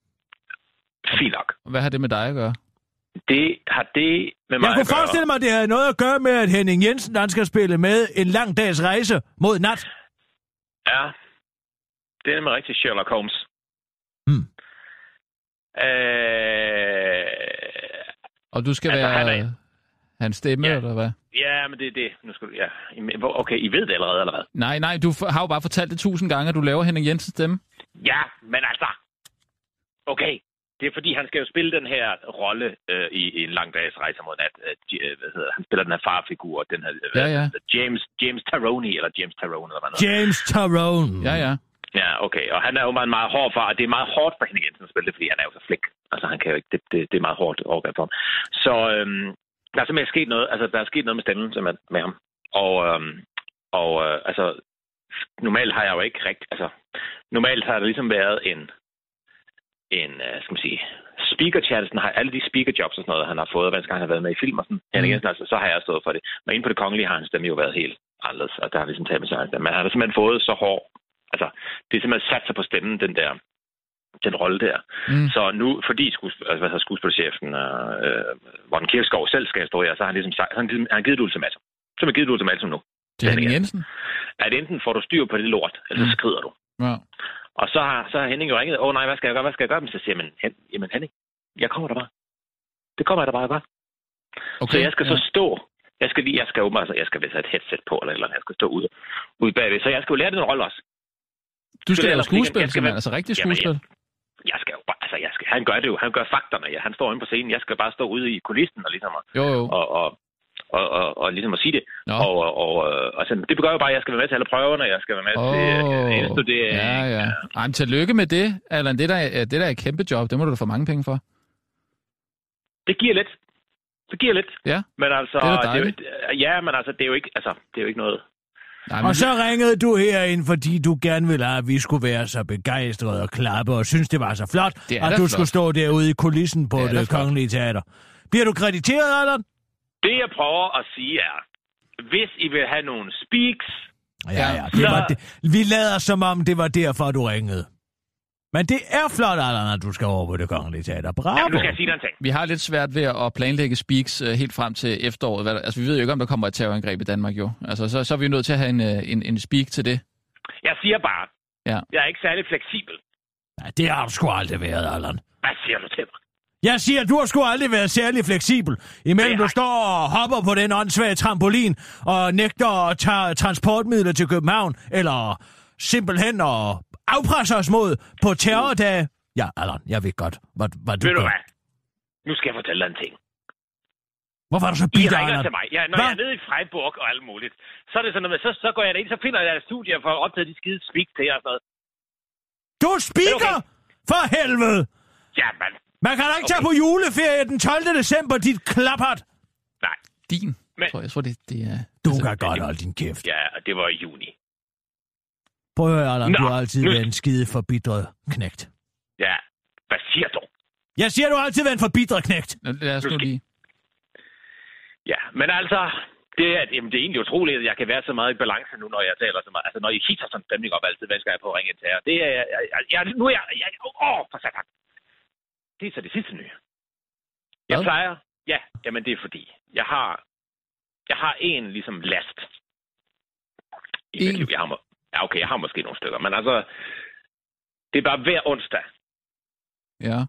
Fint nok. Hvad har det med dig at gøre? Det har det med mig Jeg kunne at gøre. forestille mig, at det har noget at gøre med, at Henning Jensen, han skal spille med en lang dags rejse mod nat. Ja, det er nemlig rigtig Sherlock Holmes. Hmm. Øh... Og du skal Altså, være han er- hans stemme, Ja. eller hvad? Ja, men det er det. Nu skal du... Ja. Okay, I ved det allerede, eller hvad? Nej, nej, du har jo bare fortalt det tusind gange, at du laver Henning Jensens stemme. Ja, men altså... Okay, det er fordi, han skal jo spille den her rolle øh, i, i en lang dags rejse mod nat. Øh, G- hvad hedder, han spiller den her farfigur, den her... Øh, Ja, ja. James, James Tyrone, eller James Tyrone, eller hvad noget. James Tyrone. Ja, ja. Ja, okay. Og han er jo meget, meget hård for, og det er meget hårdt for Henning Jensen at spille det, fordi han er jo så flik. Altså, han kan jo ikke... Det, det, det er meget hårdt overgreb for ham. Så, øhm, der er simpelthen sket noget, altså der er sket noget med stemmen simpelthen med ham. Og, øhm, og øh, altså, normalt har jeg jo ikke rigtig, altså, normalt har der ligesom været en, en, øh, skal man sige, speaker-chatten, har alle de speaker-jobs og sådan noget, han har fået, hver gang han har været med i film og sådan, mm. igen, altså, så har jeg stået for det. Men inde på det kongelige har hans stemme jo været helt anderledes, og der har ligesom taget med sig. Men han har simpelthen fået så hård, altså, det er simpelthen sat sig på stemmen, den der, den rolle der. Mm. Så nu, fordi skuesp- altså, hvad hedder skuespilchefen, øh, Morten Kirkskov selv skal stå her, så har han ligesom, sagt, han, han har givet et ultimatum. Så har han givet et ultimatum nu. Det er Henning Jensen? At enten får du styr på det lort, eller så skrider du. Ja. Og så har, så har Henning jo ringet, åh nej, hvad skal jeg gøre, hvad skal jeg gøre? Men så siger man, jamen Henning, jeg kommer der bare. Det kommer jeg der bare, bare. Okay, så jeg skal ja. så stå, jeg skal lige, jeg skal jo altså, jeg skal vist have et headset på, eller, eller jeg skal stå ude, ude bagved, så jeg skal jo lære den rolle også. Du skal lave skuespil, skal, altså rigtig skuespil? Jamen, jeg, jeg skal jo bare, altså jeg skal, han gør det jo, han gør fakterne, ja, han står inde på scenen, jeg skal bare stå ude i kulissen og ligesom, jo, jo. og, og Og, og, og ligesom at sige det. Og, og, og, og så, det gør jo bare, at jeg skal være med til alle prøverne, jeg skal være med oh, til uh, indstudering. Ja, ja. Ej, men tillykke med det, Allan. Det der, det der er et kæmpe job, det må du da få mange penge for. Det giver lidt. Det giver lidt. Ja, men altså, det er dejligt. Det, ja, men altså, det er jo ikke, altså, det er jo ikke noget. Nej, og så ringede du herind, fordi du gerne ville have, at vi skulle være så begejstrede og klappe, og synes, det var så flot, at du flot. skulle stå derude i kulissen på det, det kongelige teater. Bliver du krediteret, Allan? Det, jeg prøver at sige er, hvis I vil have nogle speaks... Ja, ja, det så... var det. Vi lader som om, det var derfor, du ringede. Men det er flot, Allan, at du skal over på det kongelige teater. Bravo! Ja, nu skal jeg sige dig en ting. Vi har lidt svært ved at planlægge speaks uh, helt frem til efteråret. Altså, vi ved jo ikke, om der kommer et terrorangreb i Danmark, jo. Altså, så, så er vi jo nødt til at have en, en, en speak til det. Jeg siger bare, ja. jeg er ikke særlig fleksibel. Nej, det har du sgu aldrig været, Allan. Hvad siger du til mig? Jeg siger, du har sgu aldrig været særlig fleksibel. Imellem du står og hopper på den åndssvage trampolin og nægter at tage transportmidler til København, eller simpelthen at afpresse os mod på terrordage. Ja, Allan, jeg ved godt, hvad, hvad du ved gør. du hvad? Nu skal jeg fortælle dig en ting. Hvorfor er du så bitter, Allan? I ringer til mig. Ja, når Hva? jeg er nede i Freiburg og alt muligt, så er det sådan noget, så, så går jeg derind, så finder jeg et studie for at optage de skide speak til jer og sådan noget. Du speaker? Okay. For helvede! Ja, mand. Man kan da ikke okay. tage på juleferie den tolvte december, dit klaphat. Nej. Din? Men, tror jeg, jeg tror, det, det er... Du altså, kan godt holde din kæft. Ja, det var i juni. Prøv at høre, Allan, du har altid nu... været en skide forbitret knægt. Ja, hvad siger du? Jeg siger, du har altid været en forbitret knægt. Lad os nu lige. Ja, men altså... Det er, jamen, det er egentlig utroligt, at jeg kan være så meget i balance nu, når jeg taler så meget. Altså, når I hisser sådan en stemning op altid, hvad skal jeg på at ringe til her? Det er... Jeg, jeg, jeg, nu er jeg... jeg åh, for satan. Det er så det sidste nye. Jeg Hvad? plejer... Ja, jamen det er fordi, jeg har... Jeg har en ligesom last. I mit liv. Jeg har, ja, okay, jeg har måske nogle stykker, men altså... Det er bare hver onsdag. Ja.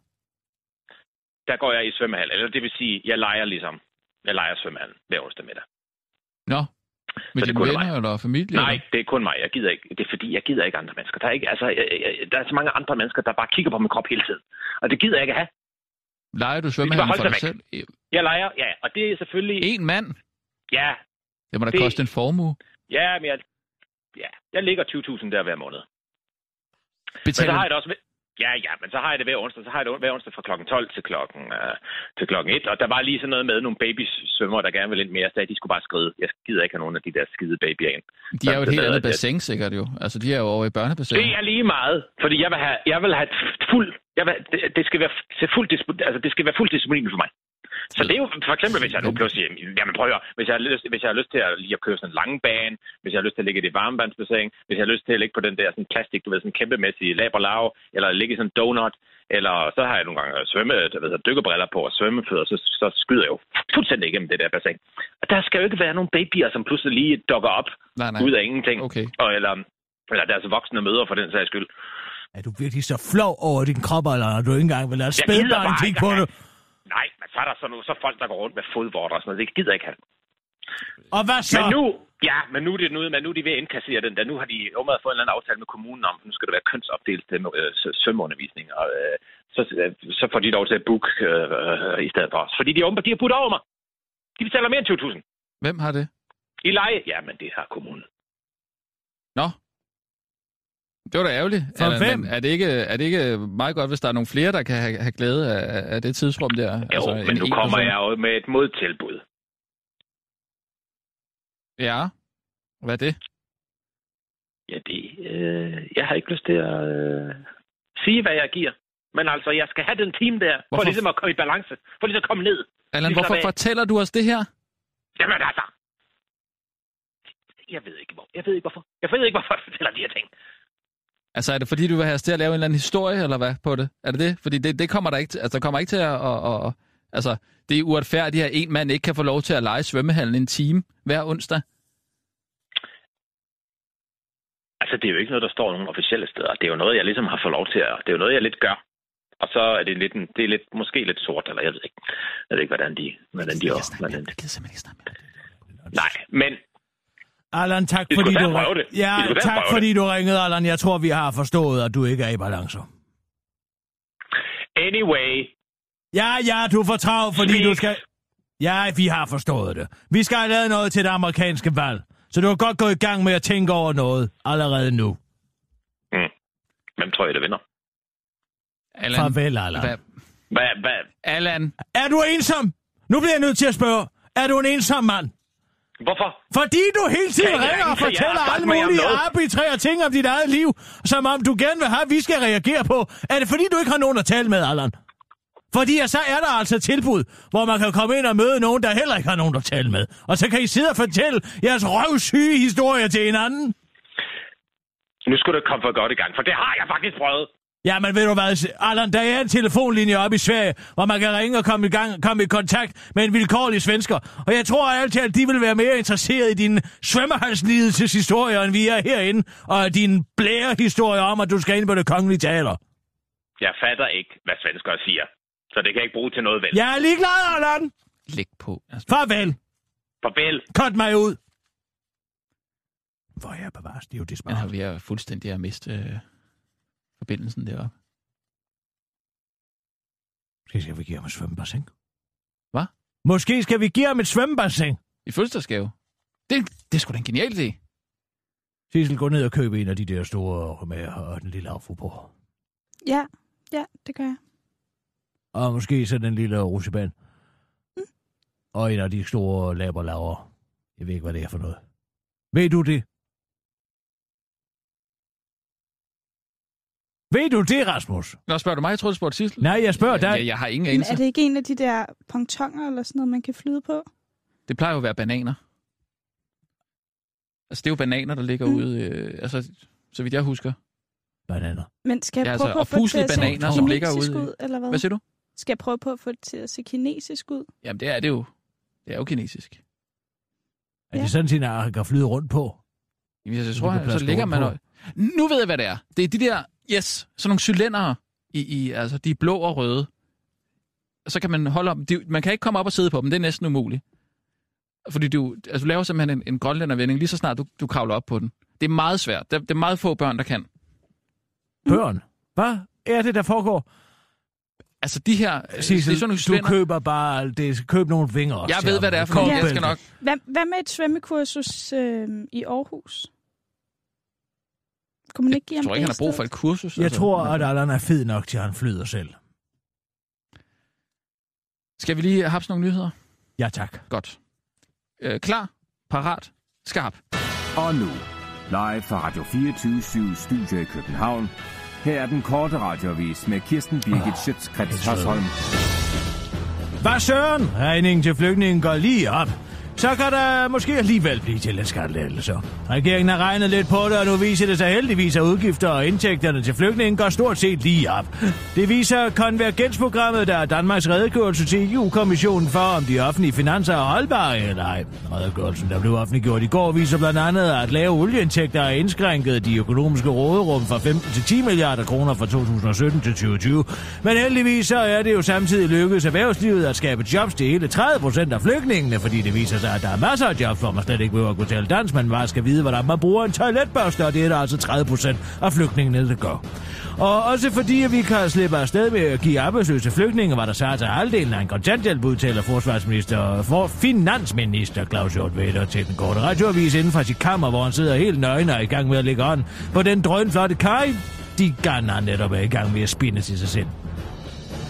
Der går jeg i svømmehal. Eller det vil sige, jeg leger ligesom... Jeg leger svømmehallen hver onsdag middag. Nå. Med dine venner eller familie? Nej, eller? det er kun mig. Jeg gider ikke. Det er fordi, jeg gider ikke andre mennesker. Der er, ikke, altså, jeg, jeg, der er så mange andre mennesker, der bare kigger på min krop hele tiden. Og det gider jeg ikke have. Leger du svømmehallen for dig væk. selv? Jeg leger, ja. Og det er selvfølgelig... En mand? Ja. Det må da det... koste en formue. Ja, men jeg, ja, jeg ligger tyve tusind der hver måned. Betaler... Men så har jeg det også... Ja, ja, men så har jeg det hver onsdag. Så har jeg det hver onsdag fra klokken tolv til klokken, øh, til klokken et. Og der var lige sådan noget med nogle babysvømmer, der gerne ville lidt mere. Så de skulle bare skride. Jeg gider ikke have nogen af de der skide babyer ind. De er jo et helt andet bassin, sikkert jo. Altså, de er jo over i børnebassin. Det er lige meget. Fordi jeg vil have, jeg vil have fuld... Jeg vil, det, det, skal være fuld, altså, det skal være fuld disciplin for mig. Så det er jo for eksempel, hvis jeg nu pludselig, jamen prøv at høre, hvis jeg har lyst, hvis jeg har lyst til at lige at køre sådan en lang bane, hvis jeg har lyst til at ligge i det varmebandsbassin, hvis jeg har lyst til at ligge på den der sådan plastik, du ved, sådan kæmpemæssig laberlav, eller ligge i sådan en donut, eller så har jeg nogle gange svømme, der ved, dykkerbriller på og svømmefødder, så, så skyder jeg jo fuldstændig igennem det der bassin. Og der skal jo ikke være nogen babyer, som pludselig lige dukker op nej, nej. ud af ingenting, okay. og, eller, eller deres voksne mødre for den sags skyld. Er du virkelig så flov over din krop, eller er du ikke engang vil lade spædbarn kigge på det? Nej, men så er der så, nu, så folk, der går rundt med fodvorter og sådan noget. Det gider ikke have. Og hvad så? Men nu, ja, men nu er det nu, men nu er de ved at indkassere den der. Nu har de åbenbart fået en eller anden aftale med kommunen om, nu skal der være kønsopdelt øh, svømmeundervisning. Og øh, så, øh, så får de lov til at book øh, i stedet for os. Fordi de åbenbart, de har puttet over mig. De betaler mere end tyve tusind. Hvem har det? I leje? Ja, men det har kommunen. Nå. Det var da ærgerligt. For Eller, hvem? Er det, ikke, er det ikke meget godt, hvis der er nogle flere, der kan have, have glæde af, af det tidsrum der? Jo, altså, men nu kommer person? jeg jo med et modtilbud. Ja, hvad er det? Ja, det... Øh, jeg har ikke lyst til at øh, sige, hvad jeg giver. Men altså, jeg skal have den time der, hvorfor? For ligesom at komme i balance. For ligesom at komme ned. Allan, hvorfor fortæller du os det her? Jamen altså... Jeg ved ikke, hvor. Jeg ved ikke, hvorfor. Jeg ved ikke, hvorfor jeg fortæller de her ting. Altså, er det fordi, du vil have os til at lave en eller anden historie, eller hvad, på det? Er det det? Fordi det, det kommer der ikke til... Altså, der kommer ikke til at... at, at altså, det er uretfærdigt, at en mand ikke kan få lov til at lege svømmehallen en time hver onsdag. Altså, det er jo ikke noget, der står nogen officielle steder. Det er jo noget, jeg ligesom har fået lov til at... Det er jo noget, jeg lidt gør. Og så er det lidt, det er lidt, måske lidt sort, eller jeg ved ikke. Jeg ved ikke, hvordan de... Hvordan de også, hvordan de... Nej, men... Allan, tak fordi du... Ja, tak fordi du ringede, Allan. Jeg tror, vi har forstået, at du ikke er i balance. Anyway. Ja, ja, du får travlt, fordi Speak. Du skal... Ja, vi har forstået det. Vi skal have lavet noget til det amerikanske valg. Så du kan godt gå i gang med at tænke over noget allerede nu. Mm. Hvem tror I, der vinder? Allan. Farvel, Allan. Hvad? Hvad? Hvad? Allan. Er du ensom? Nu bliver jeg nødt til at spørge. Er du en ensom mand? Hvorfor? Fordi du hele tiden kan ringer og fortæller alle mulige arbitrære ting om dit eget liv, som om du gerne vil have, at vi skal reagere på. Er det fordi, du ikke har nogen at tale med, Allan? Fordi så er der altså et tilbud, hvor man kan komme ind og møde nogen, der heller ikke har nogen at tale med. Og så kan I sidde og fortælle jeres røvsyge historier til hinanden. Nu skulle du komme for godt i gang, for det har jeg faktisk prøvet. Ja, men ved du hvad, Allan, der er en telefonlinje oppe i Sverige, hvor man kan ringe og komme i gang, komme i kontakt med en vilkårlig svensker. Og jeg tror altid, at de vil være mere interesseret i din svømmehalslidelseshistorie, end vi er herinde, og din blærehistorie om, at du skal ind på Det Kongelige Teater. Jeg fatter ikke, hvad svenskere siger, så det kan jeg ikke bruge til noget vel. Jeg er ligeglad, Allan! Læg på. Altså. Farvel! Farvel! Cut mig ud! Hvor er jeg bevares? Det er jo det smart. Ja, vi er fuldstændig at miste... Øh... forbindelsen deroppe. Måske skal vi give ham et svømmebassin? Hvad? Måske skal vi give ham et svømmebassin? I fødselsdagsgave? Det, det er sgu da en genial idé. Sissel, gå ned og købe en af de der store romager og den lille affu på. Ja, ja, det gør jeg. Og måske så den lille russeband. Mm. Og en af de store laberlaver. Jeg ved ikke, hvad det er for noget. Ved du det? Ved du det, Rasmus? Nå, spørger du mig? Jeg tror, du spurgte Sissel. Nej, jeg spørger dig. Jeg, jeg, jeg har ingen anelse. Er det ikke en af de der pontoner eller sådan noget, man kan flyde på? Det plejer jo at være bananer. Altså, det er jo bananer, der ligger mm. ude... Øh, altså, så vidt jeg husker. Bananer. Men skal jeg ja, prøve altså, på at få det til at se bananer, som ligger ude. ud, eller hvad? Hvad siger du? Skal jeg prøve på at få det til at se kinesisk ud? Jamen, det er det jo. Det er jo kinesisk. Er det ja. sådan, at jeg kan flyde rundt på? Jamen, jeg, jeg tror, jeg, så ligger man... Nu ved jeg, hvad det er. Det er de der... Yes, sådan nogle cylindere, i, i, altså de er blå og røde. Så kan man holde op... De, man kan ikke komme op og sidde på dem, det er næsten umuligt. Fordi du, altså, du laver simpelthen en, en grønlændervending, lige så snart du, du kravler op på den. Det er meget svært. Det, det er meget få børn, der kan. Børn? Hvad er det, der foregår? Altså de her... Sissel, det er sådan nogle cylinder. Du køber bare... Det, køb nogle vinger også. Jeg ved, hvad det er for noget. Jeg skal nok... Hvad, hvad med et svømmekursus øh, i Aarhus? Kunne man ikke give ham jeg tror ikke, han har brug for et kursus. Jeg altså. tror, at Allan er fed nok til, at han flyder selv. Skal vi lige have sådan nogle nyheder? Ja, tak. Godt. Øh, klar, parat, skarp. Og nu, live fra Radio fireogtyve syv Studio i København. Her er den korte radioavis med Kirsten Birgit Schøtz-Krets Hørsholm. Hvad søren? Regningen til flygtningen går lige op. Så kan der måske alligevel blive til en skattelettelse. Regeringen har regnet lidt på det, og nu viser det sig heldigvis, at udgifter og indtægterne til flygtningen går stort set lige op. Det viser konvergensprogrammet, der er Danmarks redegørelse til E U-kommissionen for, om de offentlige finanser er holdbare eller ej. Redegørelsen, der blev offentliggjort i går, viser blandt andet, at lave olieindtægter har indskrænket de økonomiske råderum fra femten til ti milliarder kroner fra to tusind og sytten til tyve tyve. Men heldigvis så er det jo samtidig lykkedes erhvervslivet at skabe jobs til hele tredive procent af flygtningene, fordi det viser sig, at der er masser af jobs, hvor man slet ikke behøver at gå til dans, man bare skal vide, hvordan man bruger en toiletbørste, og det er der altså tredive procent af flygtningene, der gør. Og også fordi at vi kan slippe afsted med at give arbejdsløse flygtninge, var der så altså halvdelen af en kontanthjælp, udtaler forsvarsminister og for finansminister Claus Hjort Vedder til den korte radioavis inden fra sit kammer, hvor han sidder helt nøgen og er i gang med at lægge ånd på den drønflotte kaj, de gerne netop er i gang med at spinde til sig selv.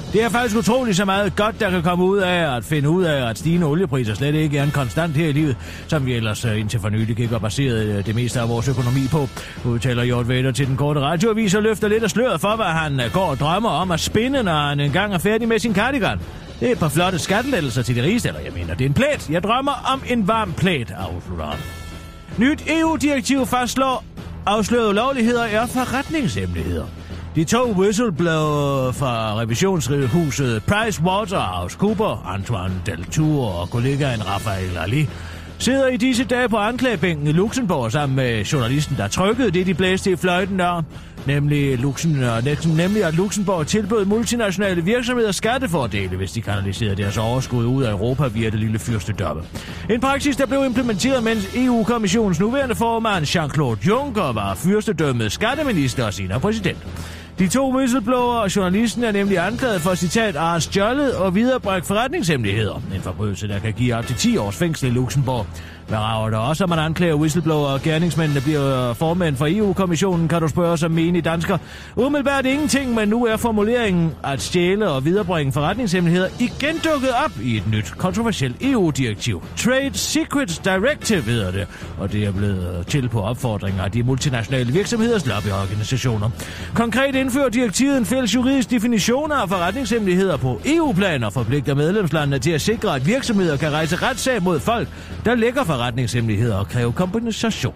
Det er faktisk utroligt så meget godt, der kan komme ud af at finde ud af, at stigende oliepriser slet ikke er en konstant her i livet, som vi ellers indtil for nylig ikke har baseret det meste af vores økonomi på, udtaler Hjort Vader til den korte radioavis og løfter lidt af sløret for, hvad han går og drømmer om at spinde, når han engang er færdig med sin cardigan. Det er et par flotte skattelettelser til de rigeste, eller jeg mener, det er en plæt. Jeg drømmer om en varm plæt, afslutter han. Nyt E U-direktiv fastslår, afslørede ulovligheder er forretningshemmeligheder. De to whistleblower fra revisionshuset PricewaterhouseCoopers, Antoine Deltour og kollegaen Raphael Ali, sidder i disse dage på anklagebænken i Luxembourg sammen med journalisten, der trykkede det, de blæste i fløjten der. Nemlig, Luxembourg, nemlig at Luxembourg tilbød multinationale virksomheder skattefordele, hvis de kanaliserede deres overskud ud af Europa via det lille fyrstedømme. En praksis, der blev implementeret, mens E U-kommissionens nuværende formand Jean-Claude Juncker var fyrstedømmets skatteminister og senere præsident. De to whistleblower og journalisten er nemlig anklaget for citat at have stjålet og viderebragt forretningshemmeligheder. En forbrydelse, der kan give op til ti års fængsel i Luxembourg. Hvad rager der også, at man anklager whistleblower og gerningsmændene bliver formand for E U-kommissionen, kan du spørge som menig dansker. Umiddelbart ingenting, men nu er formuleringen at stjæle og viderebringe forretningshemmeligheder igen dukket op i et nyt kontroversielt E U-direktiv. Trade Secrets Directive hedder det, og det er blevet til på opfordring af de multinationale virksomheders lobbyorganisationer. Konkret indfører direktivet en fælles juridisk definition af forretningshemmeligheder på E U-plan og forpligter medlemslandene til at sikre, at virksomheder kan rejse retssag mod folk, der lægger forretningshemmeligheder og kræve kompensation.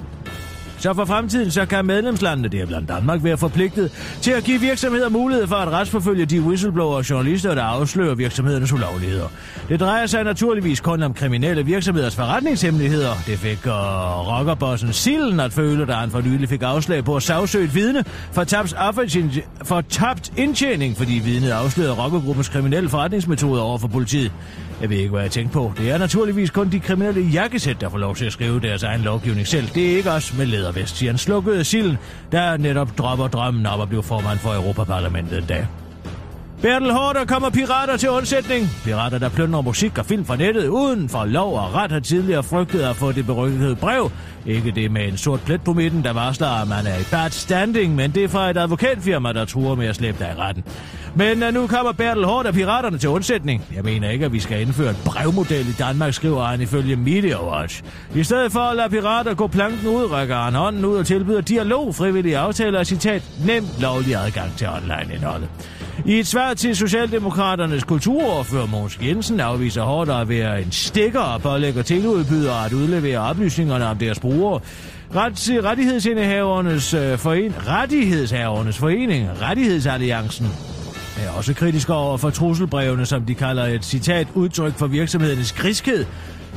Så for fremtiden så kan medlemslandene, det er blandt Danmark, være forpligtet til at give virksomheder mulighed for at retsforfølge de whistleblower og journalister, der afslører virksomhedernes ulovligheder. Det drejer sig naturligvis kun om kriminelle virksomheders forretningshemmeligheder. Det fik uh, rockerbossen Silden at føle, da han for nylig fik afslag på at sagsøge et vidne for tabt, for tabt indtjening, fordi vidnet afslørede rockergruppens kriminelle forretningsmetoder over for politiet. Jeg ved ikke, hvad jeg tænkte på. Det er naturligvis kun de kriminelle jakkesæt, der får lov til at skrive deres egen lovgivning selv. Det er ikke os med lædervest, siger en slukkede Silden, der netop dropper drømmen om at blive formand for Europaparlamentet en dag. Bertel Haarder kommer pirater til undsætning. Pirater, der plyndrer musik og film fra nettet uden for lov og ret, har tidligere frygtet at få det berygtede brev. Ikke det med en sort plet på midten, der varsler, at man er i bad standing, men det er fra et advokatfirma, der truer med at slæbe dig i retten. Men nu kommer Bertel Haarder piraterne til undsætning. Jeg mener ikke, at vi skal indføre en brevmodel i Danmark, skriver han ifølge Media Watch. I stedet for at lade pirater gå planken ud, rækker han hånden ud og tilbyder dialog, frivillige aftaler og citat, nem lovlig adgang til online-indholdet. I et svar til Socialdemokraternes kulturordfører Mogens Jensen afviser Haarder at være en stikker og pålægger teleudbydere at udlevere oplysningerne om deres brugere. Ret, rettighedsindehavernes, øh, foren, rettighedshavernes forening, Rettighedsalliancen, er også kritisk over for trusselbrevene, som de kalder et citat udtryk for virksomhedernes griskhed.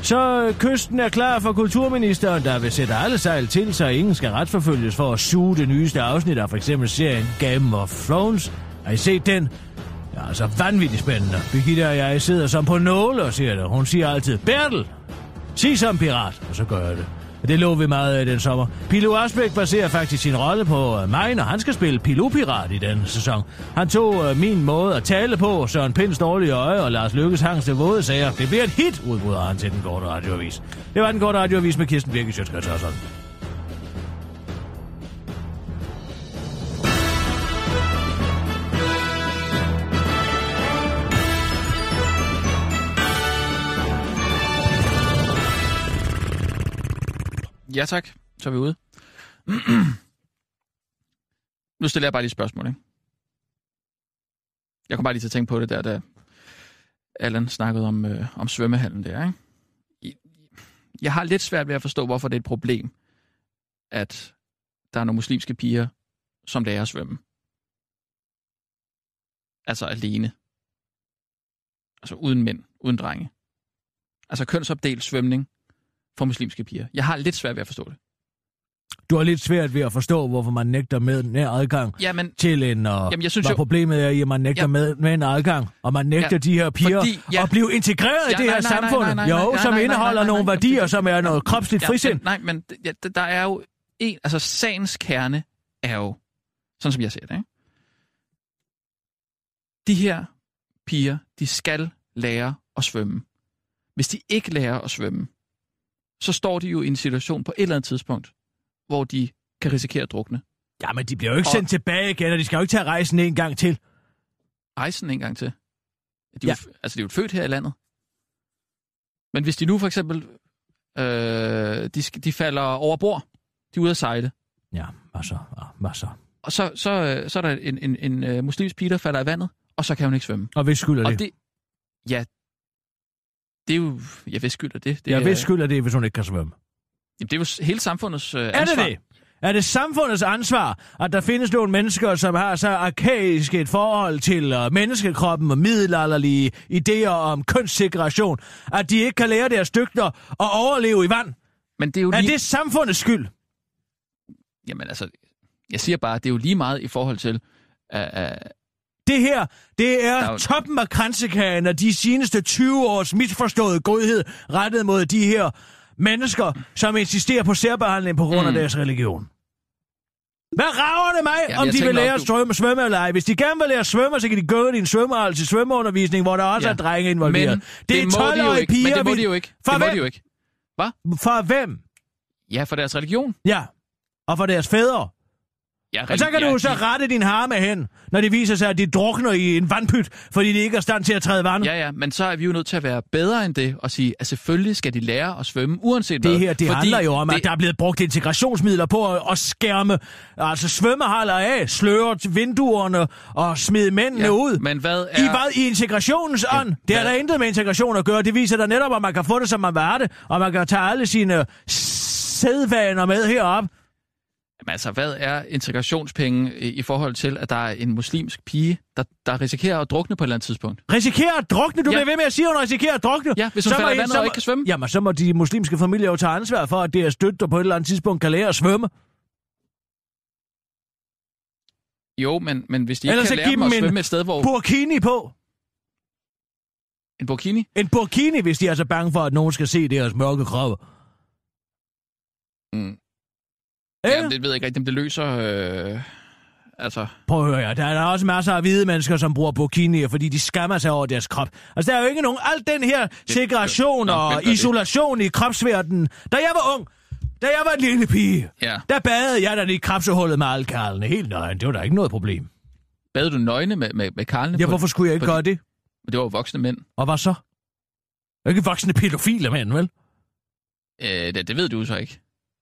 Så kysten er klar for kulturministeren, der vil sætte alle sejl til, så ingen skal retsforfølges for at suge det nyeste afsnit af for eksempel serien Game of Thrones. Har I set den? Ja, altså vanvittigt spændende. Birgitte og jeg sidder som på nåle og siger det. Hun siger altid, Bertel, sig som pirat, og så gør jeg det. Det lå vi meget af den sommer. Pilo Asbæk baserer faktisk sin rolle på mig, når han skal spille Pilo-pirat i denne sæson. Han tog uh, min måde at tale på, Søren Pinds dårlige øje og Lars Lykkes hang til våde sager. Det bliver et hit, udbryder han til den korte radioavis. Det var den korte radioavis med Kirsten Birgit Schøtz-Krets Hørsholm. Ja tak, så er vi ude. Nu stiller jeg bare lige et spørgsmål, ikke? Jeg kom bare lige til at tænke på det der, da Allan snakkede om, øh, om svømmehallen der, ikke? Jeg har lidt svært ved at forstå, hvorfor det er et problem, at der er nogle muslimske piger, som lærer at svømme. Altså alene. Altså uden mænd, uden drenge. Altså kønsopdelt svømning for muslimske piger. Jeg har lidt svært ved at forstå det. Du har lidt svært ved at forstå, hvorfor man nægter med nær adgang jamen, til en, og jamen, jeg synes hvad jo, problemet er i, at man nægter ja, med, med en adgang, og man nægter ja, de her piger fordi, ja, at blive integreret ja, i det her nej, samfund, nej, nej, nej, jo, nej, som nej, indeholder nej, nej, nej, nogle nej, værdier, nej, som er noget kropsligt ja, frisind. Nej, men ja, der er jo en, altså sagens kerne er jo, sådan som jeg ser det, ikke? De her piger, de skal lære at svømme. Hvis de ikke lærer at svømme, så står de jo i en situation på et eller andet tidspunkt, hvor de kan risikere at drukne. Ja, men de bliver jo ikke og... sendt tilbage igen, og de skal jo ikke tage rejsen en gang til. Rejsen en gang til? De er, ja. jo, altså, de er jo født her i landet. Men hvis de nu for eksempel, øh, de, de falder over bord, de er ude at sejle. Ja, hvad så? Hvad så? Og så, så, så er der en, en, en, en muslimsk pige, der falder i vandet, og så kan hun ikke svømme. Og hvis skylder det? det? Ja, det er jo... Ja, hvis skylder det? det ja, hvis skylder det, hvis hun ikke kan svømme? Jamen, det er jo hele samfundets øh, ansvar. Er det det? Er det samfundets ansvar, at der findes nogle mennesker, som har så arkaisk et forhold til uh, menneskekroppen og middelalderlige idéer om kønssegregation, at de ikke kan lære deres dygter at overleve i vand? Men det er jo lige... Er det samfundets skyld? Jamen altså, jeg siger bare, at det er jo lige meget i forhold til... Uh, uh... Det her, det er jo... toppen af kransekagen af de seneste tyve års misforståede godhed rettet mod de her... mennesker, som insisterer på særbehandling på grund af mm. deres religion. Hvad rager det mig, Jamen, om de vil lære at svømme, svømme eller ej? Hvis de gerne vil lære at svømme, så kan de gå i en svømmehal til svømmeundervisning, hvor der også ja. er drenge involveret. Men det er tolv-årige piger. Men det må de jo ikke. For det hvem? må de jo ikke. Hvad? For hvem? Ja, for deres religion. Ja, og for deres fædre. Ja, og så kan ja, du så de... rette din harme hen, når det viser sig, at de drukner i en vandpyt, fordi de ikke er i stand til at træde vand. Ja, ja, men så er vi jo nødt til at være bedre end det, og sige, at selvfølgelig skal de lære at svømme, uanset det hvad. Her, det fordi handler jo om, det... at der er blevet brugt integrationsmidler på at, at skærme altså svømmehaller af, sløre vinduerne og smide mændene ja, ud. Men hvad er... I hvad? I integrationens ja, ånd? Det er der intet med integration at gøre. Det viser der netop, at man kan få det, som man vil have det, og man kan tage alle sine sædvaner med herop. Jamen altså, hvad er integrationspenge i forhold til, at der er en muslimsk pige, der, der risikerer at drukne på et eller andet tidspunkt? Risikerer at drukne? Du ja. bliver ved med at sige, at hun risikerer at drukne? Ja, hvis hun falder i vandet og ikke kan svømme. Jamen, så må de muslimske familier jo tage ansvar for, at deres døtre på et eller andet tidspunkt kan lære at svømme. Jo, men, men hvis de ikke Ellers kan lære dem at svømme et sted, hvor... burkini på. En burkini? En burkini, hvis de er så bange for, at nogen skal se deres mørke krop. Mm. Jamen, det ved jeg ikke rigtigt, om det løser... Øh, altså... Prøv at høre, ja. Der er også masser af hvide mennesker, som bruger burkinier, fordi de skammer sig over deres krop. Altså, der er jo ikke nogen... Alt den her segregation og Nå, isolation det? i kropsverdenen. Da jeg var ung, da jeg var en lille pige, ja. der badede jeg der i krabsehullet med alle karlene. Helt nøgen. Det var da ikke noget problem. Badede du nøgne med, med, med karlene? Ja, på, hvorfor skulle jeg ikke gøre det? Men det var voksne mænd. Og hvad så? Ikke voksne pædofile mænd, vel? Øh, det, det ved du så ikke.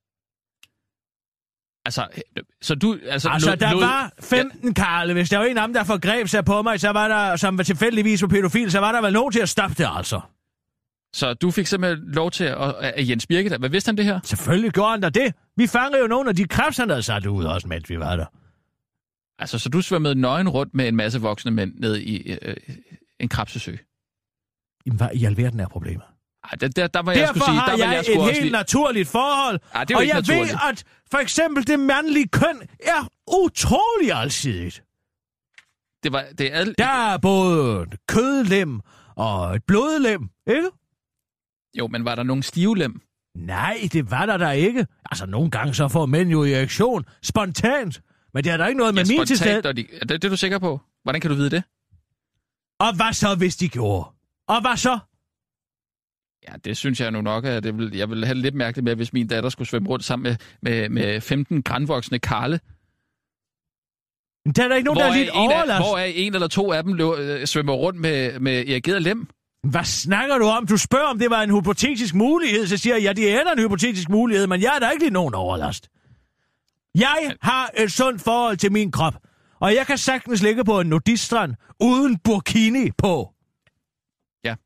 Altså, så du... Altså, altså lo, der lo, var femten ja. Karle. Hvis der var en af dem, der forgreb sig på mig, så var der, som var tilfældigvis på pædofil, så var der vel nogen til at stoppe det, altså. Så du fik simpelthen lov til at... at Jens Birke, hvad vidste han det her? Selvfølgelig gjorde han da det. Vi fangede jo nogle af de krebs, han havde sat ud også, mens vi var der. Altså, så du svømmede nøgen rundt med en masse voksne mænd ned i øh, en krebsesø? Jamen, hvad i alverden er problemet? Ej, der, der, der var jeg skulle sige, der var jeg, jeg et helt lige... naturligt forhold. Ej, det er jo og ikke jeg naturligt. ved, at for eksempel det mandlige køn er utrolig alsidigt. Det var, det er al... Der er både et kødlem og et blodlem, ikke? Jo, men var der nogen stivlem? Nej, det var der da ikke. Altså, nogle gange så får mænd jo erektion spontant. Men det er der ikke noget med ja, min tilstand. De... Det, det er du sikker på? Hvordan kan du vide det? Og hvad så, hvis de gjorde? Og hvad så? Ja, det synes jeg nu nok, at det vil, jeg vil have det lidt mærkeligt med, hvis min datter skulle svømme rundt sammen med, med, med femten grandvoksne karle. Der er der ikke nogen, hvor der er lidt overlast. Hvor er en eller to af dem løb, øh, svømmer rundt med, med erigeret lem? Hvad snakker du om? Du spørger, om det var en hypotetisk mulighed, så siger jeg, ja, det er en hypotetisk mulighed, men jeg er der ikke lige nogen overlast. Jeg har et sundt forhold til min krop, og jeg kan sagtens ligge på en nudiststrand uden burkini på. Ja.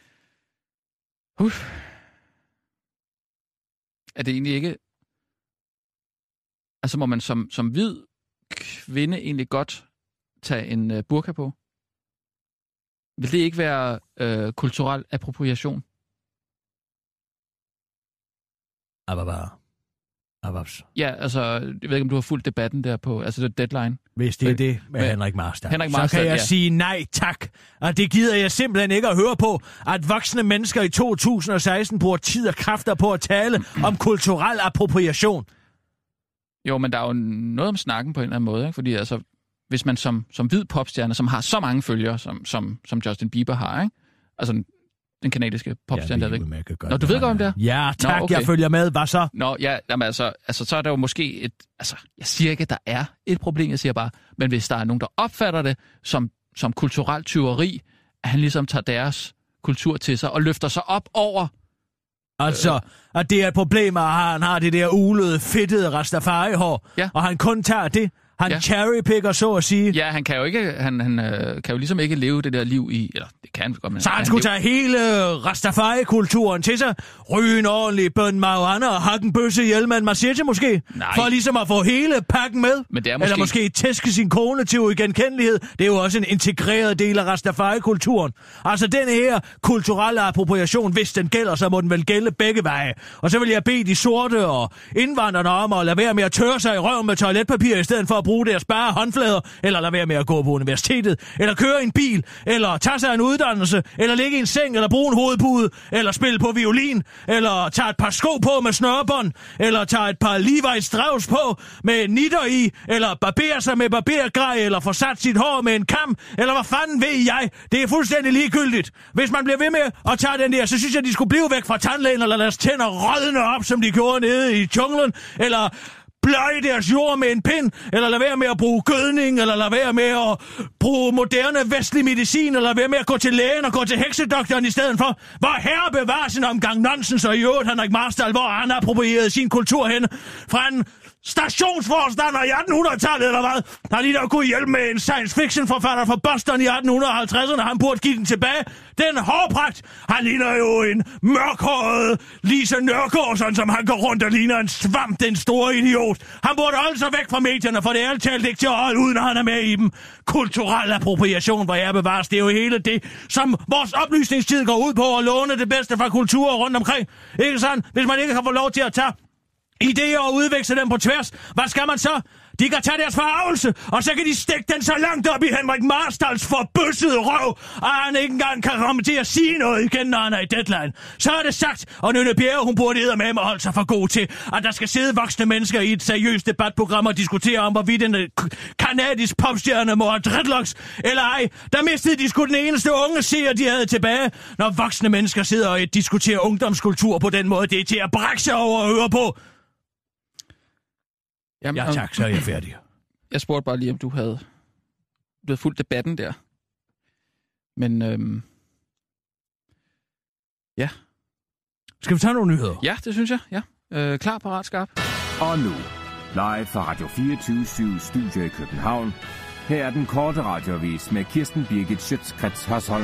Uff. Er det egentlig ikke... Altså må man som, som hvid kvinde egentlig godt tage en uh, burka på? Vil det ikke være uh, kulturel appropriation? Ababa. Ababs. Ja, altså, jeg ved ikke, om du har fulgt debatten der på, altså det Deadline. Hvis det er det med, med Henrik Marstad, Henrik Marstad, så kan jeg ja. sige nej tak. Og det gider jeg simpelthen ikke at høre på, at voksne mennesker i to tusind og seksten bruger tid og kræfter på at tale om kulturel appropriation. Jo, men der er jo noget om snakken på en eller anden måde, ikke? Fordi altså, hvis man som, som hvid popstjerne, som har så mange følgere, som, som, som Justin Bieber har, ikke? Altså den kanadiske popstjerne, ja, der ikke. Nå, du ved godt om det? Ja, tak, Nå, okay. Jeg følger med. Hvad så? Nå, ja, jamen, altså, altså, så er der jo måske et... Altså, jeg siger ikke, at der er et problem, jeg siger bare, men hvis der er nogen, der opfatter det som, som kulturelt tyveri at han ligesom tager deres kultur til sig og løfter sig op over... Altså, øh, at det er et problem, at han har det der ulede, fedtede Rastafari-hår, ja. og han kun tager det. Han ja. cherrypicker, så at sige. Ja, han kan jo ikke, han, han øh, kan jo ligesom ikke leve det der liv i, eller det kan han godt, men... Så han, han skulle tage hele Rastafari-kulturen til sig, ryge en ordentlig bøn marihuana og hakke en bøsse ihjel med en machete måske, Nej. for ligesom at få hele pakken med. Men det er måske... Eller måske tæske sin kone til uigenkendelighed. Det er jo også en integreret del af Rastafari-kulturen. Altså den her kulturelle appropriation, hvis den gælder, så må den vel gælde begge veje. Og så vil jeg bede de sorte og indvandrerne om at lade være med at tørre sig i røven med toiletpapir, i stedet for at bruge deres bare håndflader, eller lade være med at gå på universitetet, eller køre en bil, eller tage sig en uddannelse, eller ligge i en seng, eller bruge en hovedpude, eller spille på violin, eller tage et par sko på med snørebånd, eller tage et par Levi's Strauss på med nitter i, eller barbere sig med barbergrej, eller få sat sit hår med en kam, eller hvad fanden ved jeg? Det er fuldstændig ligegyldigt. Hvis man bliver ved med at tage den der, så synes jeg, de skulle blive væk fra tandlægen, eller lade deres tænder rådne op, som de gjorde nede i junglen, eller pløje deres jord med en pind, eller lade være med at bruge gødning, eller lade være med at bruge moderne vestlig medicin, eller lade være med at gå til lægen og gå til heksedoktoren i stedet for. Hvor herre bevarer sin omgang nonsens, og i øvrigt Henrik Marstal, hvor han har approprieret sin kultur hen fra en stationsforstander i attenhundredetallet, eller hvad? Han lige der kunne hjælpe med en science fiction forfatter fra Boston i atten halvtredserne. Han burde give den tilbage. Den hårpragt. Han ligner jo en mørkhåret Lise Nørgaard, sådan som han går rundt og ligner en svamp, den store idiot. Han burde holde sig væk fra medierne, for det er altid ikke til at holde, uden at han er med i dem. Kulturel appropriation, hvor jeg bevares, det er jo hele det, som vores oplysningstid går ud på at låne det bedste fra kulturer rundt omkring. Ikke sådan? Hvis man ikke kan få lov til at tage idéer og udveksle dem på tværs, hvad skal man så? De kan tage deres forarvelse, og så kan de stikke den så langt op i Henrik Marstals forbøssede røv, at han ikke engang kan komme til at sige noget igen, når han er i Deadline. Så er det sagt, og Nynne Bjerre, hun burde eddermame med holde sig for god til, at der skal sidde voksne mennesker i et seriøst debatprogram og diskutere om, hvorvidt en kanadisk popstjerne må have dreadlocks eller ej. Der mistede de sgu den eneste unge seer, de havde tilbage. Når voksne mennesker sidder og diskuterer ungdomskultur på den måde, det er til at brække sig over og høre på. Jamen, ja tak, så er jeg færdig. Jeg spurgte bare lige, om du havde, du havde fulgt debatten der. Men øhm, ja. Skal vi tage nogle nyheder? Ja, det synes jeg. Ja. Øh, klar, parat, skarp. Og nu, live fra Radio fireogtyve syv Studio i København. Her er den korte radioavis med Kirsten Birgit Schøtz-Krets Hørsholm.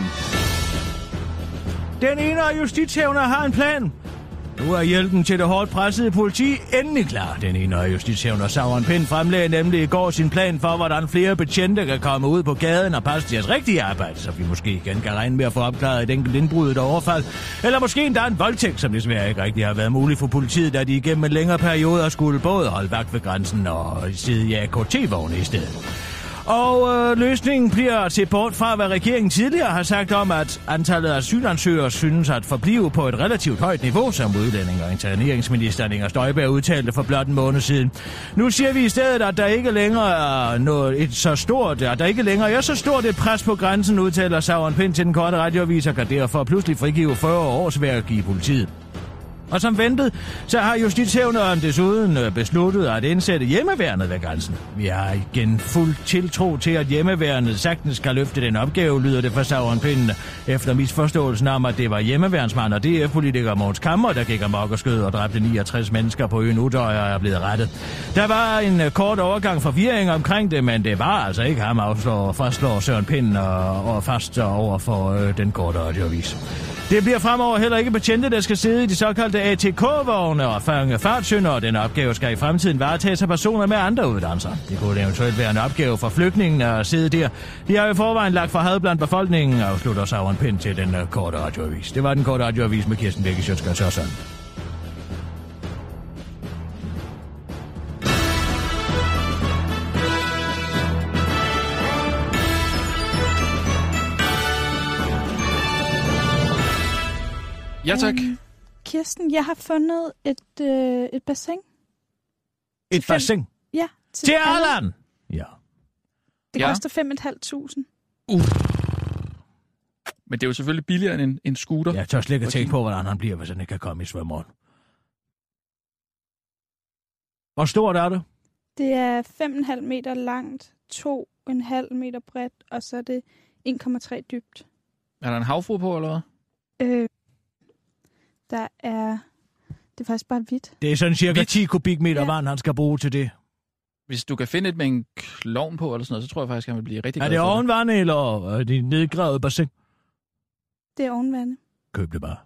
Den ene af justitshævner har en plan. Nu er hjælpen til det hårdt pressede politi endelig klar. Den ene af justitshævner Sauron Pind fremlagde nemlig i går sin plan for, hvordan flere betjente kan komme ud på gaden og passe deres rigtige arbejde, så vi måske igen kan regne med at få opklaret et enkelt indbrud og overfald. Eller måske endda en voldtægt, som desværre ikke rigtig har været muligt for politiet, da de igennem en længere periode skulle både holde vagt ved grænsen og sidde i A K T-vogne i stedet. Og øh, løsningen bliver at se bort fra, hvad regeringen tidligere har sagt om, at antallet af asylansøgere synes at forblive på et relativt højt niveau, som udlænding- og interneringsminister Inger Støjberg udtalte for blot en måned siden. Nu siger vi i stedet, at der ikke længere er noget, et så stort, at der ikke længere er så stort et pres på grænsen, udtaler Sauron Pind til den korte radioavis, og kan derfor pludselig frigive fyrre årsværk i politiet. Og som ventet, så har justitshævneren desuden besluttet at indsætte hjemmeværnet ved grænsen. Vi har igen fuld tiltro til, at hjemmeværnet sagtens skal løfte den opgave, lyder det fra Sauron Pind, efter misforståelsen om, at det var hjemmeværnsmand og D F-politiker Mogens Kammer, der gik amok og skød og dræbte niogtres mennesker på øen Utøya og er blevet rettet. Der var en kort overgang forvirring omkring det, men det var altså ikke ham, afslår, fastslår Søren Pind og, og fast over for øh, den korte radioavis. Det bliver fremover heller ikke betjente, der skal sidde i de såkaldte A T K-vogne og fange fartsyndere, og den opgave skal i fremtiden varetages af personer med andre uddannelser. Det kunne eventuelt være en opgave for flygtningen at sidde der. De har jo i forvejen lagt for had blandt befolkningen, afslutter Sauron Pind til den korte radioavis. Det var den korte radioavis med Kirsten Birgit Schøtz-Krets Hørsholm. Ja, tak. Um, Kirsten, jeg har fundet et, øh, et bassin. Et fem... bassin? Ja. Til, til Allan? Ja. Det ja. koster fem tusind fem hundrede. Uh. Men det er jo selvfølgelig billigere end en, en scooter. Jeg tør slet ikke at tænke på, hvordan han bliver, hvis han ikke kan komme i svømmeren. Hvor stort er det? Det er fem komma fem meter langt, to komma fem meter bredt, og så er det en komma tre dybt. Er der en havfru på, eller hvad? Øh, der er... Det er faktisk bare hvidt. Det er sådan cirka Hvidt. ti kubikmeter ja. vand, han skal bruge til det. Hvis du kan finde et med en klovn på, eller sådan noget, så tror jeg faktisk, han vil blive rigtig glad. Er det for ovenvand, eller er det nedgravet bassin? Det er ovenvande. Køb det bare.